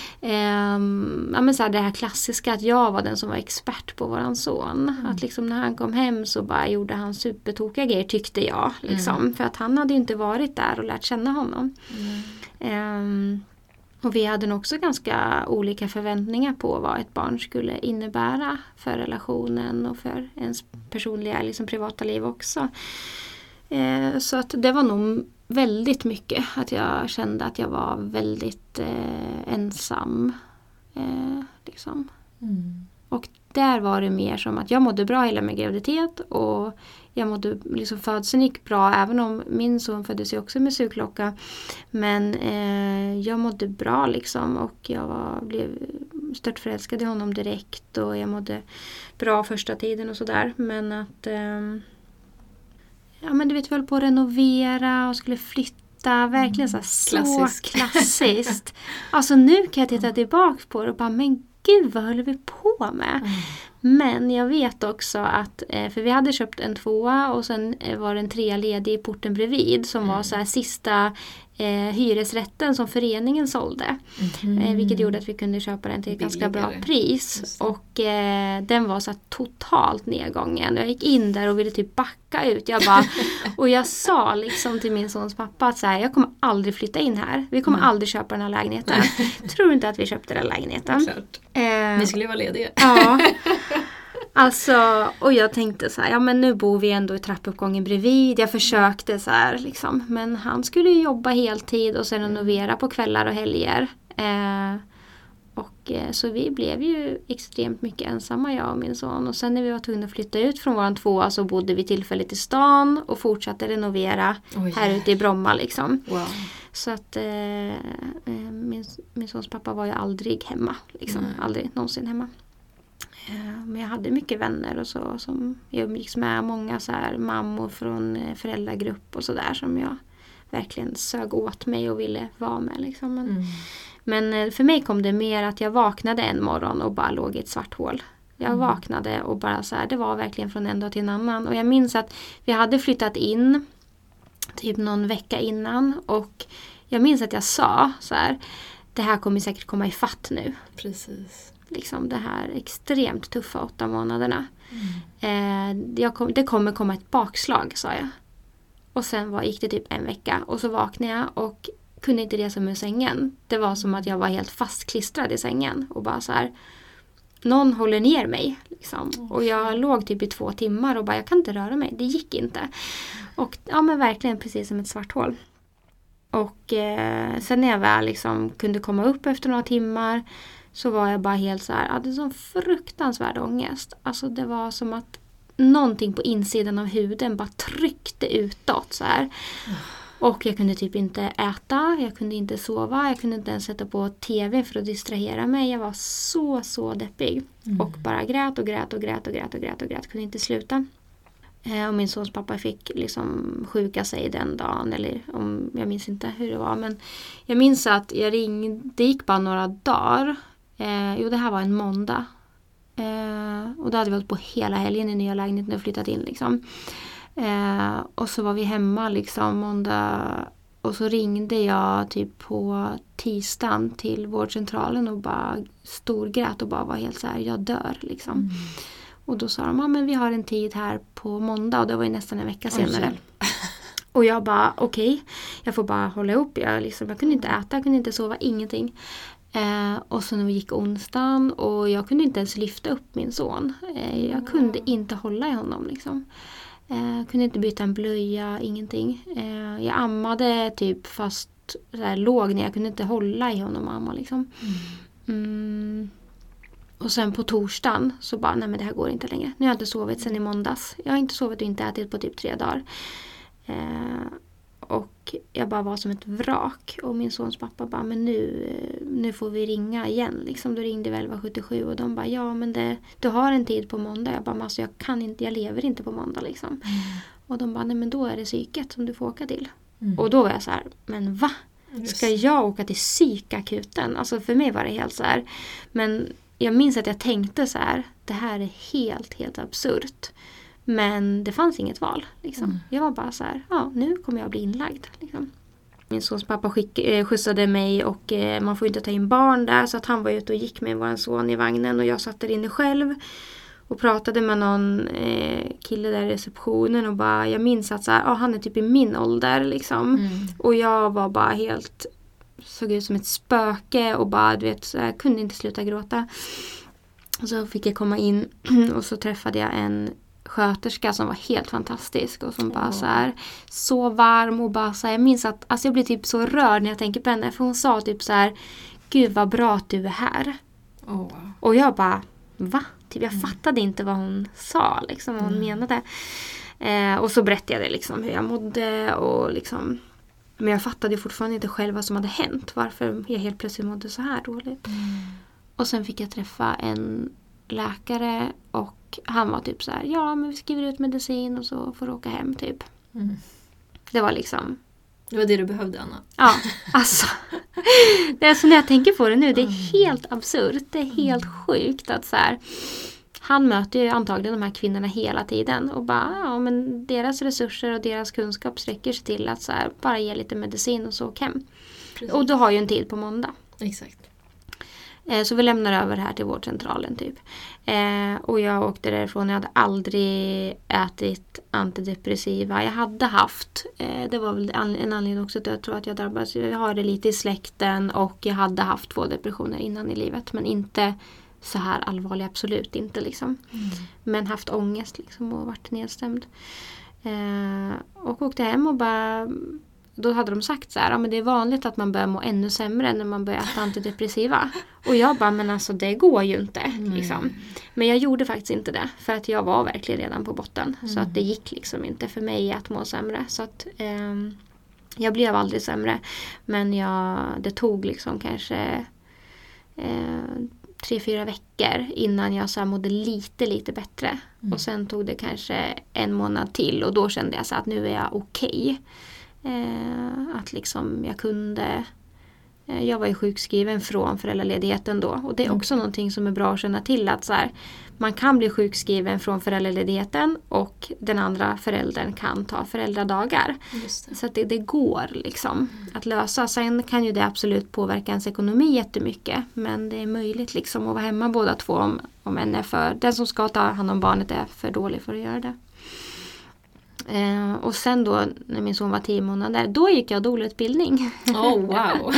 um, ja, men så här, det här klassiska att jag var den som var expert på våran son. Mm. Att liksom när han kom hem så bara gjorde han supertokiga grejer tyckte jag liksom, mm. för att han hade ju inte varit där och lärt känna honom. Mm. Um, Och vi hade nog också ganska olika förväntningar på vad ett barn skulle innebära för relationen och för ens personliga, liksom privata liv också. Eh, så att det var nog väldigt mycket att jag kände att jag var väldigt eh, ensam. Eh, liksom. Mm. Och där var det mer som att jag mådde bra hela min graviditet och jag mådde, liksom födseln gick bra även om min son föddes ju också med sugklocka. Men eh, jag mådde bra liksom och jag var, blev stört förälskad i honom direkt och jag mådde bra första tiden och sådär. Men att eh, ja men du vet vi höll på att renovera och skulle flytta. Verkligen så, här, så klassiskt. Alltså nu kan jag titta tillbaka på det och bara men gud vad höll vi på med? Mm. Men jag vet också att, för vi hade köpt en tvåa och sen var det en trea ledig i porten bredvid som mm. var så här sista eh, hyresrätten som föreningen sålde. Mm. Eh, vilket gjorde att vi kunde köpa den till ett ganska bra pris. Och eh, den var så här totalt nedgången. Jag gick in där och ville typ backa ut. Jag bara, och jag sa liksom till min sons pappa att så här, jag kommer aldrig flytta in här. Vi kommer mm. aldrig köpa den här lägenheten. Tror inte att vi köpte den lägenheten. Eh, Ni skulle ju vara lediga. Ja. Alltså, och jag tänkte så här, ja men nu bor vi ändå i trappuppgången bredvid. Jag försökte så här liksom, men han skulle ju jobba heltid och sen renovera på kvällar och helger. Eh, och eh, så vi blev ju extremt mycket ensamma, jag och min son. Och sen när vi var tvungna att flytta ut från våran tvåa så bodde vi tillfälligt i stan och fortsatte renovera Oj. här ute i Bromma liksom. Wow. Så att eh, min, min sons pappa var ju aldrig hemma, liksom, mm. aldrig någonsin hemma. Men jag hade mycket vänner och så som jag umgicks med, många så här mammor från föräldragrupp och sådär som jag verkligen sög åt mig och ville vara med liksom. Men, mm. men för mig kom det mer att jag vaknade en morgon och bara låg i ett svart hål. Jag mm. vaknade och bara så här, det var verkligen från en dag till en annan. Och jag minns att vi hade flyttat in typ någon vecka innan och jag minns att jag sa så här, det här kommer säkert komma i fatt nu. Precis. Liksom det här extremt tuffa åtta månaderna. Mm. Eh, jag kom, det kommer komma ett bakslag, sa jag. Och sen var, gick det typ en vecka. Och så vaknade jag och kunde inte resa mig ur sängen. Det var som att jag var helt fastklistrad i sängen. Och bara så här, någon håller ner mig. Liksom. Mm. Och jag låg typ i två timmar och bara, jag kan inte röra mig. Det gick inte. Mm. Och ja men verkligen precis som ett svart hål. Och eh, sen när jag väl liksom kunde komma upp efter några timmar så var jag bara helt så här, jag hade sån fruktansvärd ångest. Alltså det var som att någonting på insidan av huden bara tryckte utåt så här. Mm. Och jag kunde typ inte äta, jag kunde inte sova, jag kunde inte ens sätta på tv för att distrahera mig. Jag var så, så deppig. Mm. Och bara grät och grät och grät och grät och grät och grät, kunde inte sluta. Eh, och min sons pappa fick liksom sjuka sig den dagen, eller om jag minns inte hur det var. Men jag minns att jag ringde, det gick bara några dagar. Eh, jo, det här var en måndag. Eh, och då hade vi hållit på hela helgen i nya lägenheten och flyttat in liksom. Eh, och så var vi hemma liksom måndag. Och så ringde jag typ på tisdagen till vårdcentralen och bara storgrät och bara var helt så här, jag dör liksom. Mm. Och då sa de, ja men vi har en tid här på måndag, och det var ju nästan en vecka senare. Oh, och jag bara, okej, okay, jag får bara hålla upp. Jag, liksom, jag kunde inte äta, jag kunde inte sova, ingenting. Eh, och så när vi gick onsdagen och jag kunde inte ens lyfta upp min son. Eh, jag kunde inte hålla i honom liksom. Eh, jag kunde inte byta en blöja, ingenting. Eh, jag ammade typ fast så här, låg ner. Jag kunde inte hålla i honom och amma liksom. Mm. Och sen på torsdagen så bara, nej men det här går inte längre. Nu har jag inte sovit sen i måndags. Jag har inte sovit och inte ätit på typ tre dagar. Eh, och jag bara var som ett vrak. Och min sons pappa bara, men nu, nu får vi ringa igen. Liksom, då ringde vi elva sjuttiosju och de bara, ja men det, du har en tid på måndag. Jag bara, alltså jag kan inte, jag lever inte på måndag liksom. Mm. Och de bara, nej men då är det psyket som du får åka till. Mm. Och då var jag så här, men va? Ska jag åka till psykakuten? Alltså för mig var det helt så här. Men jag minns att jag tänkte så här, det här är helt, helt absurt. Men det fanns inget val. Liksom. Mm. Jag var bara så här, ja nu kommer jag bli inlagd. Liksom. Min sons pappa skick, eh, skjutsade mig och eh, man får inte ta in barn där. Så att han var ute och gick med vår son i vagnen och jag satt där inne själv. Och pratade med någon eh, kille där i receptionen och bara, jag minns att så här, ah, han är typ i min ålder liksom. Mm. Och jag var bara helt, såg ut som ett spöke och bara, du vet, så här, kunde inte sluta gråta. Och så fick jag komma in och så träffade jag en sköterska som var helt fantastisk och som bara oh. så här, så varm och bara så här, jag minns att, alltså jag blir typ så rörd när jag tänker på henne, för hon sa typ så här, gud vad bra att du är här. Oh. Och jag bara, va? Typ, jag fattade inte vad hon sa, liksom, vad hon mm. menade. Eh, och så berättade jag det, liksom, hur jag mådde. Och, liksom, men jag fattade fortfarande inte själv vad som hade hänt. Varför jag helt plötsligt mådde så här dåligt. Mm. Och sen fick jag träffa en läkare. Och han var typ så här, ja men vi skriver ut medicin och så får du åka hem typ. Mm. Det var liksom... Det var det du behövde, Anna. Ja, alltså. Det är så när jag tänker på det nu, det är helt absurt. Det är helt sjukt att så här, han möter ju antagligen de här kvinnorna hela tiden. Och bara, ja men deras resurser och deras kunskap sträcker sig till att så här, bara ge lite medicin och så åka hem. Precis. Och du har ju en tid på måndag. Exakt. Så vi lämnar över här till vårdcentralen typ. Eh, och jag åkte därifrån. Jag hade aldrig ätit antidepressiva. Jag hade haft. Eh, det var väl en anledning också att jag tror att jag drabbades. Jag har det lite i släkten. Och jag hade haft två depressioner innan i livet. Men inte så här allvarliga. Absolut inte liksom. Mm. Men haft ångest liksom och varit nedstämd. Eh, och åkte hem och bara... Då hade de sagt så här, ja men det är vanligt att man börjar må ännu sämre när man börjar äta antidepressiva. Och jag bara, men alltså det går ju inte. Mm. Liksom. Men jag gjorde faktiskt inte det. För att jag var verkligen redan på botten. Mm. Så att det gick liksom inte för mig att må sämre. Så att eh, jag blev aldrig sämre. Men jag, det tog liksom kanske eh, tre, fyra veckor innan jag så här mådde lite, lite bättre. Mm. Och sen tog det kanske en månad till. Och då kände jag så att nu är jag okej. Eh, att liksom jag kunde eh, jag var ju sjukskriven från föräldraledigheten då och det är också mm. någonting som är bra att känna till att så här, man kan bli sjukskriven från föräldraledigheten och den andra föräldern kan ta föräldradagar. Just det. Så att det, det går liksom mm. att lösa. Sen kan ju det absolut påverka ens ekonomi jättemycket, men det är möjligt liksom att vara hemma båda två om, om en är för, den som ska ta hand om barnet är för dålig för att göra det. Eh, och sen då när min son var tio månader, då gick jag doula-utbildning. Oh wow.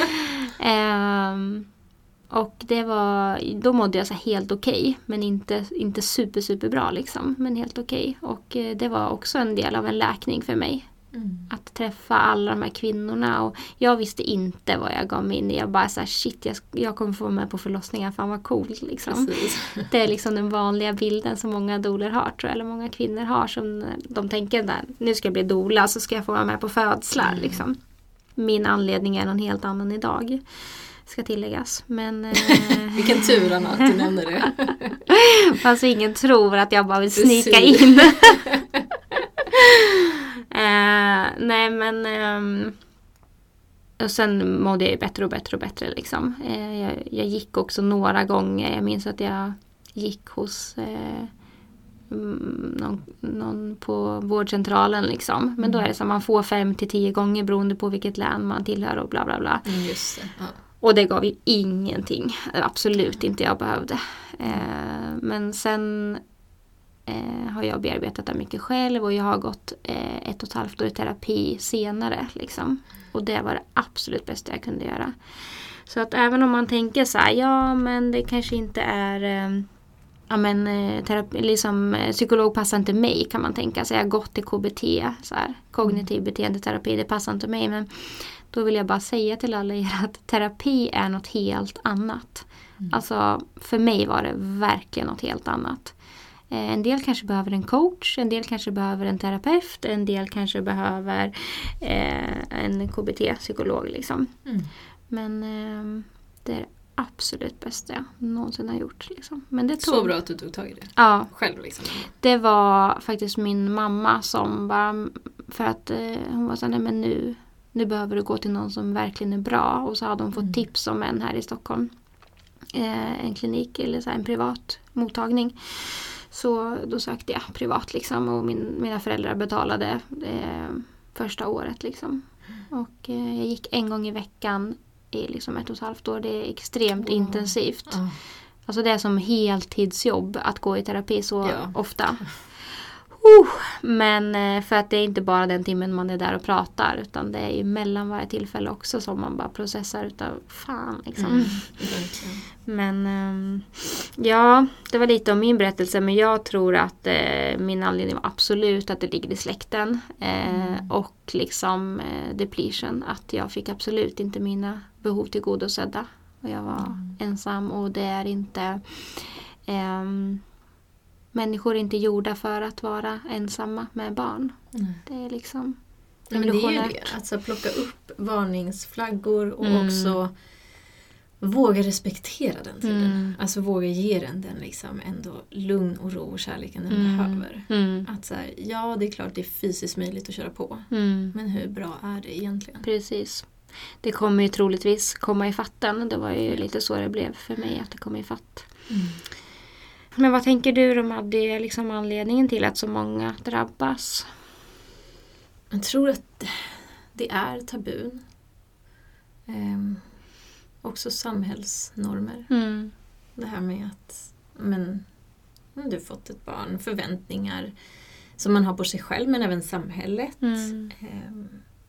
eh, och det var, då mådde jag så helt okej, okay, men inte, inte super super bra liksom, men helt okej. Okay. Och eh, det var också en del av en läkning för mig. Mm. Att träffa alla de här kvinnorna. Och jag visste inte vad jag gav mig in i. Jag bara så här, shit, jag, jag kommer få vara med på förlossningar. Fan vad coolt liksom. Det är liksom den vanliga bilden som många doulor har, tror jag. Eller många kvinnor har. Som de tänker där, nu ska jag bli doula så ska jag få vara med på födslar mm. liksom. Min anledning är någon helt annan idag. Ska tilläggas. Men, eh... Vilken tur Anna att du nämnde det. Alltså ingen tror att jag bara vill snika in. Uh, nej men um, och sen mådde jag ju bättre och bättre och bättre liksom. Uh, jag, jag gick också några gånger. Jag minns att jag gick hos uh, någon, någon på vårdcentralen liksom. Men mm. då är det så att man får fem till tio gånger beroende på vilket län man tillhör och bla bla bla. Mm, just det. Ja. Och det gav ju ingenting. Absolut inte jag behövde. Uh, men sen Eh, har jag bearbetat det mycket själv och jag har gått eh, ett och ett halvt år i terapi senare liksom. Och det var det absolut bästa jag kunde göra. Så att även om man tänker så här, ja men det kanske inte är eh, ja men terapi, liksom, psykolog passar inte mig kan man tänka. Så jag har gått till K B T, så här, kognitiv mm. beteendeterapi, det passar inte mig. Men då vill jag bara säga till alla er att terapi är något helt annat. Mm. Alltså för mig var det verkligen något helt annat. En del kanske behöver en coach, en del kanske behöver en terapeut, en del kanske behöver eh, en K B T-psykolog liksom. Mm. Men eh, det är absolut bästa jag någonsin har gjort. Liksom. Men det tog... Så bra att du tog tag i det. Ja. Själv liksom. Det var faktiskt min mamma som bara, för att eh, hon var så här, nej men nu, nu behöver du gå till någon som verkligen är bra. Och så hade hon fått mm. tips om en här i Stockholm. Eh, en klinik eller så här, en privat mottagning. Så då sökte jag privat liksom och min, mina föräldrar betalade eh, första året liksom. Och eh, jag gick en gång i veckan i liksom ett och ett halvt år. Det är extremt wow. intensivt. Oh. Alltså det är som heltidsjobb att gå i terapi så ja. ofta. Uh, men för att det är inte bara den timmen man är där och pratar utan det är ju mellan varje tillfälle också som man bara processar utav fan liksom. Mm, men um, ja, det var lite om min berättelse men jag tror att eh, min anledning var absolut att det ligger i släkten eh, mm. och liksom eh, depletion, att jag fick absolut inte mina behov tillgodosedda och jag var mm. ensam och det är inte eh, människor är inte gjorda för att vara ensamma med barn. Mm. Det är liksom... Ja, men det är ju det. Alltså plocka upp varningsflaggor och mm. också våga respektera den tiden. Mm. Alltså våga ge den den liksom ändå lugn och ro och kärleken den mm. behöver. Mm. Att så här, ja det är klart det är fysiskt möjligt att köra på. Mm. Men hur bra är det egentligen? Precis. Det kommer ju troligtvis komma i fatten. Det var ju ja. lite så det blev för mig att det kom i fatt. Mm. Men vad tänker du om att det är liksom anledningen till att så många drabbas? Jag tror att det är tabun. Ehm, också samhällsnormer. Mm. Det här med att men, du har fått ett barn, förväntningar som man har på sig själv men även samhället. Mm. Ehm,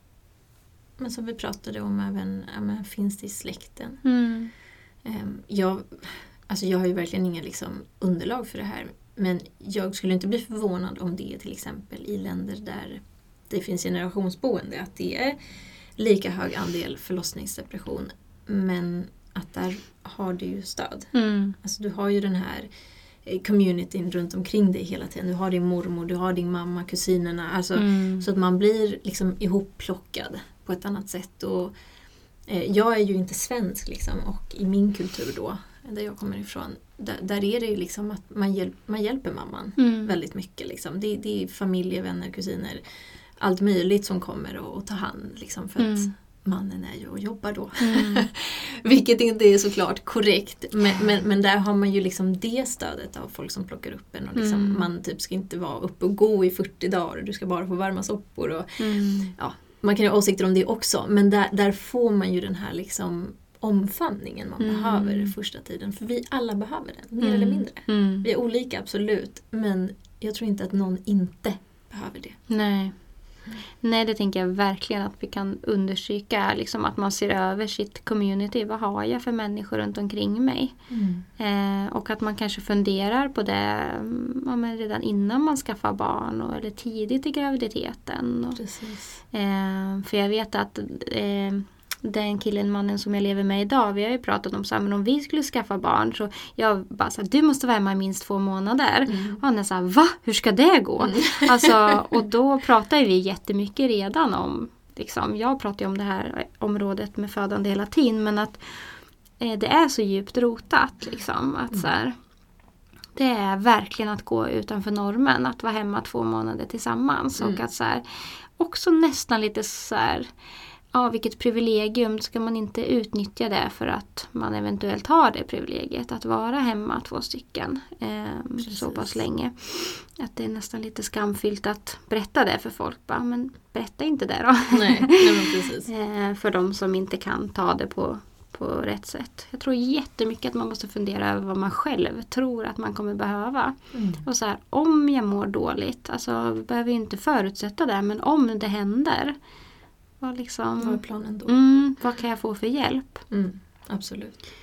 men som vi pratade om även ja, finns det i släkten. Mm. Ehm, jag... Alltså jag har ju verkligen inga liksom underlag för det här. Men jag skulle inte bli förvånad om det till exempel i länder där det finns generationsboende. Att det är lika hög andel förlossningsdepression. Men att där har du ju stöd. Mm. Alltså du har ju den här communityn runt omkring dig hela tiden. Du har din mormor, du har din mamma, kusinerna. Alltså, mm. Så att man blir liksom ihopplockad på ett annat sätt. Och, eh, jag är ju inte svensk liksom, och i min kultur då där jag kommer ifrån, där, där är det ju liksom att man, hjälp, man hjälper mamman mm. väldigt mycket. Liksom. Det, det är familjer, vänner, kusiner, allt möjligt som kommer och, och tar hand. Liksom, för mm. att mannen är ju och jobbar då. Mm. Vilket inte är såklart korrekt. Men, men, men där har man ju liksom det stödet av folk som plockar upp en. Och liksom, mm. man typ ska inte vara uppe och gå i fyrtio dagar. Du ska bara få varma soppor. Och, mm. ja, man kan ju ha åsikter om det också. Men där, där får man ju den här liksom omfamningen man mm. behöver första tiden. För vi alla behöver den, mer mm. eller mindre. Mm. Vi är olika, absolut. Men jag tror inte att någon inte behöver det. Nej. Nej, det tänker jag verkligen att vi kan understryka. Liksom att man ser över sitt community. Vad har jag för människor runt omkring mig? Mm. Eh, och att man kanske funderar på det ja, men redan innan man skaffar barn. Och, eller tidigt i graviditeten. Och, Precis. Eh, för jag vet att... Eh, den killen, mannen som jag lever med idag, vi har ju pratat om så här, men om vi skulle skaffa barn så jag bara så här, du måste vara hemma i minst två månader. Mm. Och han är så här, va? Hur ska det gå? Mm. Alltså, och då pratar vi jättemycket redan om, liksom, jag pratar ju om det här området med födande hela tiden, men att eh, det är så djupt rotat liksom, att mm. så här, det är verkligen att gå utanför normen, att vara hemma två månader tillsammans mm. och att så här, också nästan lite så här, ja, vilket privilegium, ska man inte utnyttja det för att man eventuellt har det privilegiet att vara hemma två stycken eh, så pass länge. Att det är nästan lite skamfyllt att berätta det för folk. Bara, men berätta inte det då. Nej, nej men precis. eh, för de som inte kan ta det på, på rätt sätt. Jag tror jättemycket att man måste fundera över vad man själv tror att man kommer behöva. Mm. Och så här, om jag mår dåligt, alltså vi behöver ju inte förutsätta det, men om det händer, vad liksom, vad är planen då? Mm, vad kan jag få för hjälp? Mm, absolut.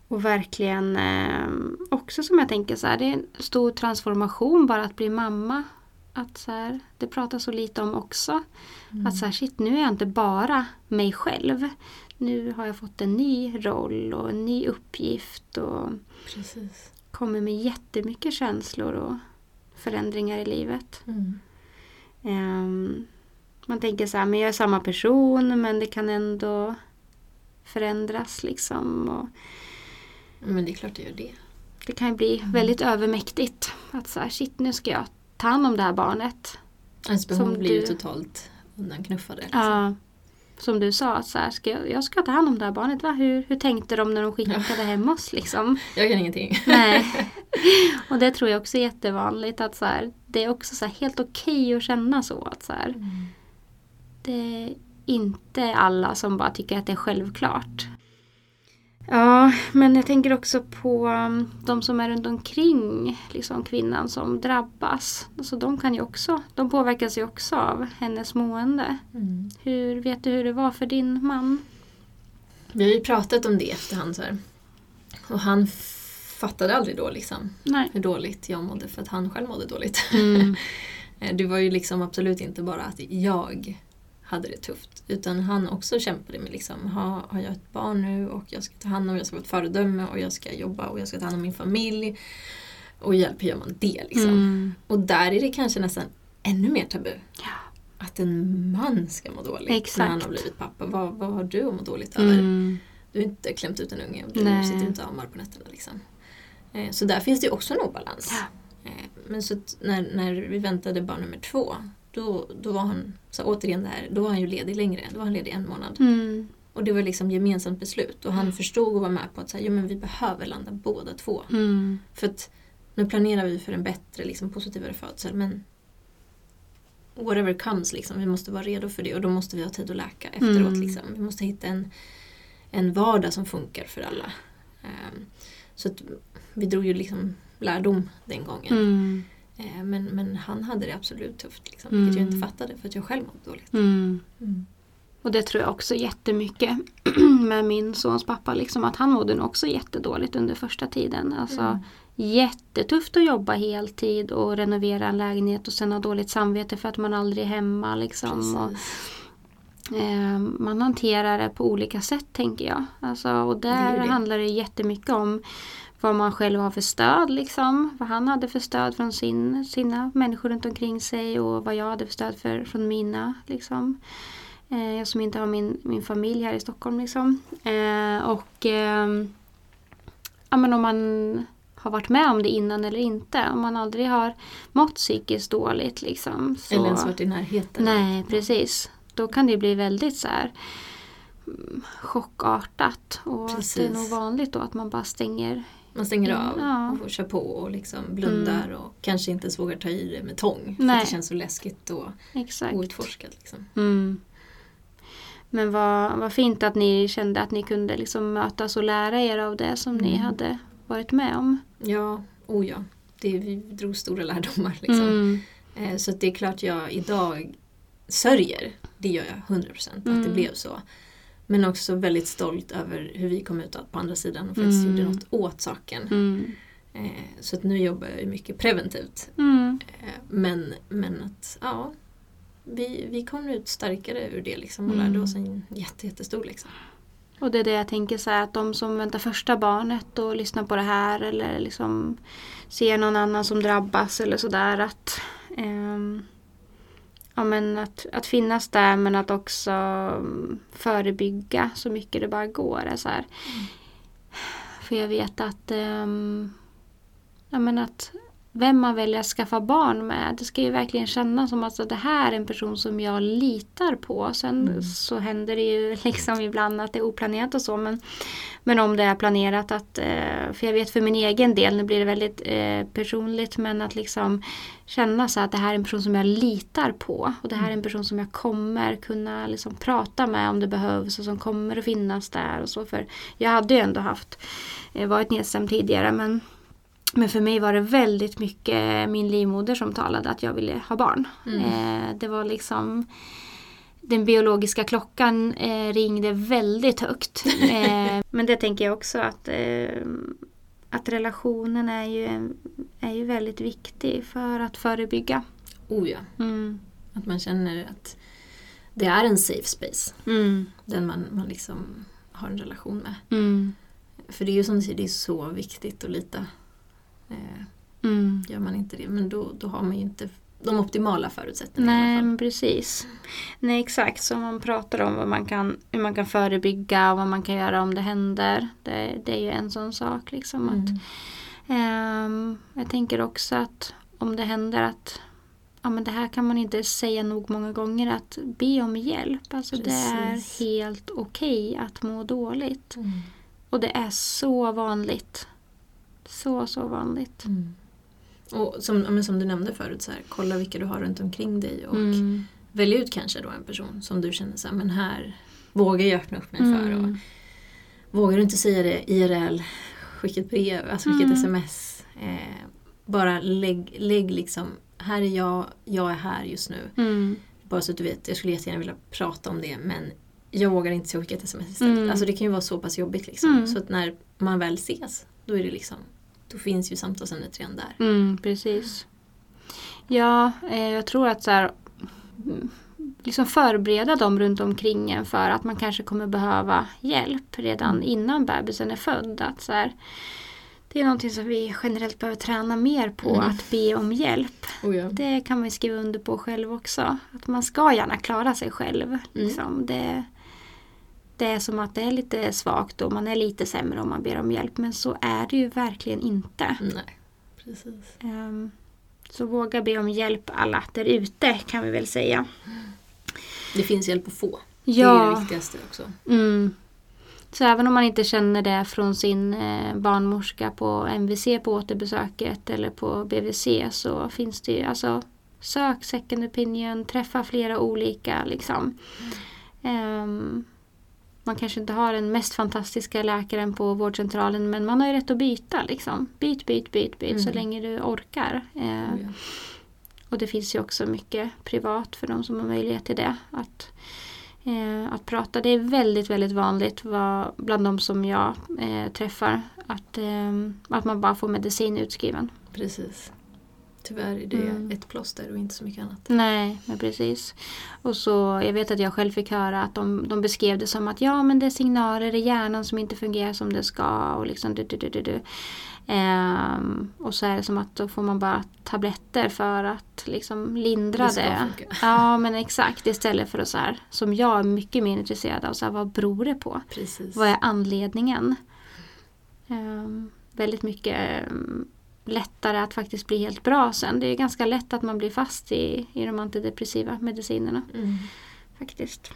Och verkligen eh, också som jag tänker så här, det är en stor transformation bara att bli mamma. Att så här, det pratas så lite om också. Mm. Att så här, shit, nu är jag inte bara mig själv. Nu har jag fått en ny roll och en ny uppgift. Och Precis. kommer med jättemycket känslor och förändringar i livet. Mm. Um, man tänker så här, men jag är samma person men det kan ändå förändras liksom. Och men det är klart det gör det. det kan ju bli mm. väldigt övermäktigt. Att så här, shit, nu ska jag ta hand om det här barnet. Ens behov blir ju totalt undanknuffade. Liksom. Ja, som du sa, att så här, ska jag, jag ska ta hand om det här barnet. Va? Hur, hur tänkte de när de skickade ja. hem oss? Liksom? Jag kan ingenting. Nej. Och det tror jag också är jättevanligt. Att så här, det är också så här, helt okej att känna så. Att så här, mm. det är inte alla som bara tycker att det är självklart. Ja, men jag tänker också på um, de som är runt omkring liksom kvinnan som drabbas. Alltså de kan ju också, de påverkas ju också av hennes mående. Mm. Hur, vet du hur det var för din man? Vi har ju pratat om det efterhand så här. Och han f- fattade aldrig då liksom Nej. hur dåligt jag mådde för att han själv mådde dåligt. Mm. Det var ju liksom absolut inte bara att jag hade det tufft. Utan han också kämpade med liksom, ha, har jag ett barn nu och jag ska ta hand om, jag ska vara ett föredöme och jag ska jobba och jag ska ta hand om min familj. Och hjälp, hur gör man det liksom? Mm. Och där är det kanske nästan ännu mer tabu. Ja. Att en man ska må dåligt Exakt. när han har blivit pappa. Vad, vad har du att må dåligt över? Mm. Du har inte klämt ut en unge och du Nej. sitter inte och ammar på nätterna liksom. Eh, så där finns det också en obalans. Ja. Eh, men så att när, när vi väntade barn nummer två Då, då var han, så återigen det här, då var han ju ledig längre. Då var han ledig en månad. Mm. Och det var liksom gemensamt beslut. Och han förstod och var med på att så här, ja, men vi behöver landa båda två. Mm. För att nu planerar vi för en bättre, liksom, positivare födsel. Men whatever comes, liksom, vi måste vara redo för det. Och då måste vi ha tid att läka efteråt. Mm. Liksom. Vi måste hitta en, en vardag som funkar för alla. Um, så att vi drog ju liksom lärdom den gången. Mm. Men, men han hade det absolut tufft. Liksom, mm. vilket jag inte fattade för att jag själv mådde dåligt. Mm. Mm. Och det tror jag också jättemycket med min sons pappa. Liksom, att han mådde nog också jättedåligt under första tiden. Alltså, mm. Jättetufft att jobba heltid och renovera en lägenhet och sen ha dåligt samvete för att man aldrig är hemma. Liksom, och, eh, man hanterar det på olika sätt, tänker jag. Alltså, och där det det. handlar det jättemycket om vad man själv har för stöd, liksom. Vad han hade för stöd från sin, sina människor runt omkring sig och vad jag hade för stöd för, från mina, liksom. Eh, jag som inte har min, min familj här i Stockholm, liksom. Eh, och eh, ja, men om man har varit med om det innan eller inte. Om man aldrig har mått psykiskt dåligt, liksom. Så, eller ens varit i närheten. Nej, precis. Då kan det bli väldigt så här chockartat. Och det är nog vanligt då att man bara stänger Man stänger in, av ja. och kör på och liksom blundar mm. och kanske inte ens vågar ta i det med tång. För Nej. att det känns så läskigt och Exakt. outforskat. Liksom. Mm. Men vad, vad fint att ni kände att ni kunde liksom mötas och lära er av det som mm. ni hade varit med om. Ja, oh ja. Det, vi drog stora lärdomar. Liksom. Mm. Eh, så att det är klart jag idag sörjer. Det gör jag hundra procent mm. att det blev så. Men också väldigt stolt över hur vi kom ut på andra sidan och faktiskt mm. gjorde något åt saken. Mm. Eh, så att nu jobbar jag mycket preventivt. Mm. Eh, men, men att ja, vi, vi kom ut starkare ur det liksom, och mm. lärde oss en jätte, jättestor liksom. Och det är det jag tänker så här, att de som väntar första barnet och lyssnar på det här eller liksom ser någon annan som drabbas eller sådär, att ehm, ja, men att, att finnas där men att också förebygga så mycket det bara går. Är så här. Mm. För jag vet att, um, ja, men att vem man väljer att skaffa barn med, det ska ju verkligen kännas som att det här är en person som jag litar på. Sen mm. så händer det ju liksom ibland att det är oplanerat och så. Men, men om det är planerat, att, för jag vet för min egen del, nu blir det väldigt eh, personligt, men att liksom känna så att det här är en person som jag litar på. Och det här är en person som jag kommer kunna liksom prata med om det behövs och som kommer att finnas där och så. För jag hade ju ändå haft, varit nedstämd tidigare, men Men för mig var det väldigt mycket min livmoder som talade att jag ville ha barn. Mm. Eh, det var liksom, den biologiska klockan eh, ringde väldigt högt. Eh, men det tänker jag också att, eh, att relationen är ju, är ju väldigt viktig för att förebygga. Oh ja. Mm. Att man känner att det är en safe space. Mm. Den man, man liksom har en relation med. Mm. För det är ju som du säger, det är så viktigt att lita. Eh, Mm. Gör man inte det, men då, då har man ju inte de optimala förutsättningarna. Nej, i alla fall. men precis. Nej, exakt. Så man pratar om vad man kan, hur man kan förebygga och vad man kan göra om det händer. Det, det är ju en sån sak. Liksom, Mm. att, ehm, jag tänker också att om det händer att ja, men det här kan man inte säga nog många gånger, att be om hjälp. Alltså det är Precis. helt okej att må dåligt. Mm. Och det är så vanligt. Så, så vanligt. Mm. Och som, men som du nämnde förut, så här, kolla vilka du har runt omkring dig och Mm. välj ut kanske då en person som du känner så här, men här vågar jag öppna upp mig för. Mm. Och vågar du inte säga det I R L, skicka ett brev, alltså skicka ett Mm. sms. Eh, bara lägg, lägg liksom, här är jag, jag är här just nu. Mm. Bara så att du vet, jag skulle jättegärna vilja prata om det, men jag vågar inte så skicka ett sms istället. Mm. Alltså det kan ju vara så pass jobbigt liksom. Mm. Så att när man väl ses, då är det liksom, då finns ju samtalsämnet redan där. Mm, precis. Ja, eh, jag tror att så här, mm, liksom förbereda dem runt omkring en för att man kanske kommer behöva hjälp redan innan bebisen är född. Att så här, det är någonting som vi generellt behöver träna mer på, Mm. att be om hjälp. Oh ja. Det kan man ju skriva under på själv också. Att man ska gärna klara sig själv. Liksom. Det, det är som att det är lite svagt och man är lite sämre om man ber om hjälp. Men så är det ju verkligen inte. Nej, precis. Um, så våga be om hjälp alla där ute, kan vi väl säga. Det finns hjälp att få. Ja. Det är det viktigaste också. Mm. Så även om man inte känner det från sin eh, barnmorska på M V C på återbesöket eller på B V C, så finns det ju, alltså, sök second opinion, träffa flera olika liksom. Um, man kanske inte har den mest fantastiska läkaren på vårdcentralen, men man har ju rätt att byta liksom. Byt, byt, byt, byt Mm. så länge du orkar. Eh, Oh ja. Och det finns ju också mycket privat för de som har möjlighet till det. Att, eh, att prata. Det är väldigt, väldigt vanligt vad, bland de som jag eh, träffar. Att, eh, att man bara får medicin utskriven. Precis. Tyvärr är det Mm. ett plåster och inte så mycket annat. Nej, men precis. Och så, jag vet att jag själv fick höra att de, de beskrev det som att ja, men det är signaler i hjärnan som inte fungerar som det ska. Och liksom du, du, du, du, du. Ehm, och så är det som att då får man bara tabletter för att liksom lindra Det ska det. funka. Ja, men exakt. Istället för att så här, som jag är mycket mer intresserad av, så här, vad beror det på? Precis. Vad är anledningen? Ehm, väldigt mycket um, lättare att faktiskt bli helt bra sen. Det är ganska lätt att man blir fast i, i de antidepressiva medicinerna. Mm. Faktiskt.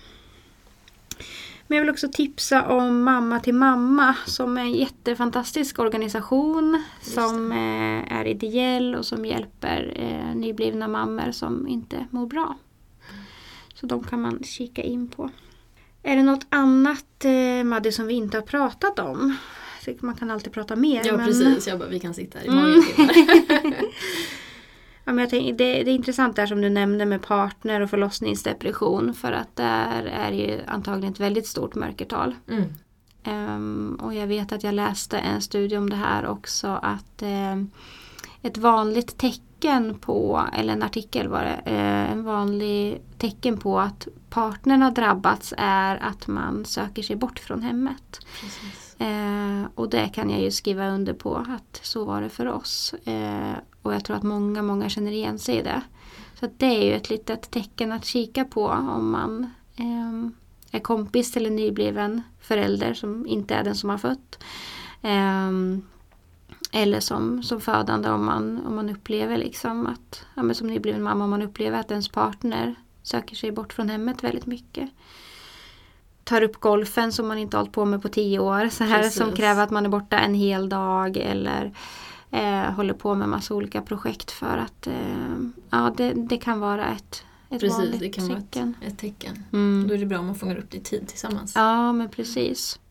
Men jag vill också tipsa om Mamma till mamma, som är en jättefantastisk organisation som eh, är ideell och som hjälper eh, nyblivna mammor som inte mår bra. Så de kan man kika in på. Är det något annat, eh, Madde, som vi inte har pratat om? Jag tycker man kan alltid prata mer. Ja, men... precis. Jag bara, vi kan sitta här i Mm. många timmar. Ja, men jag tänker, det, det är intressant där som du nämnde med partner och förlossningsdepression, för att där är ju antagligen ett väldigt stort mörkertal. Mm. Um, och jag vet att jag läste en studie om det här också, att um, ett vanligt tecken på, eller en artikel var det, uh, en vanlig tecken på att partnern har drabbats är att man söker sig bort från hemmet. Precis. Uh, och det kan jag ju skriva under på att så var det för oss. Uh, och jag tror att många, många känner igen sig i det. Så att det är ju ett litet tecken att kika på om man um, är kompis till en nybliven förälder som inte är den som har fött. Um, eller som, som födande om man, om man upplever liksom att, ja, men som nybliven mamma, om man upplever att ens partner söker sig bort från hemmet väldigt mycket. Tar upp golfen som man inte har hållit på med på tio år. Så här, Precis. som kräver att man är borta en hel dag eller eh, håller på med massa olika projekt för att eh, ja, det, det kan vara ett Ett Precis, vanligt det kan vara tecken. ett, ett tecken. Mm. Då är det bra om man fångar upp det i tid tillsammans. Ja, men precis.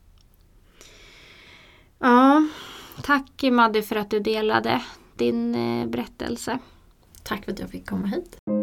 Ja, tack Madde för att du delade din eh, berättelse. Tack för att jag fick komma hit.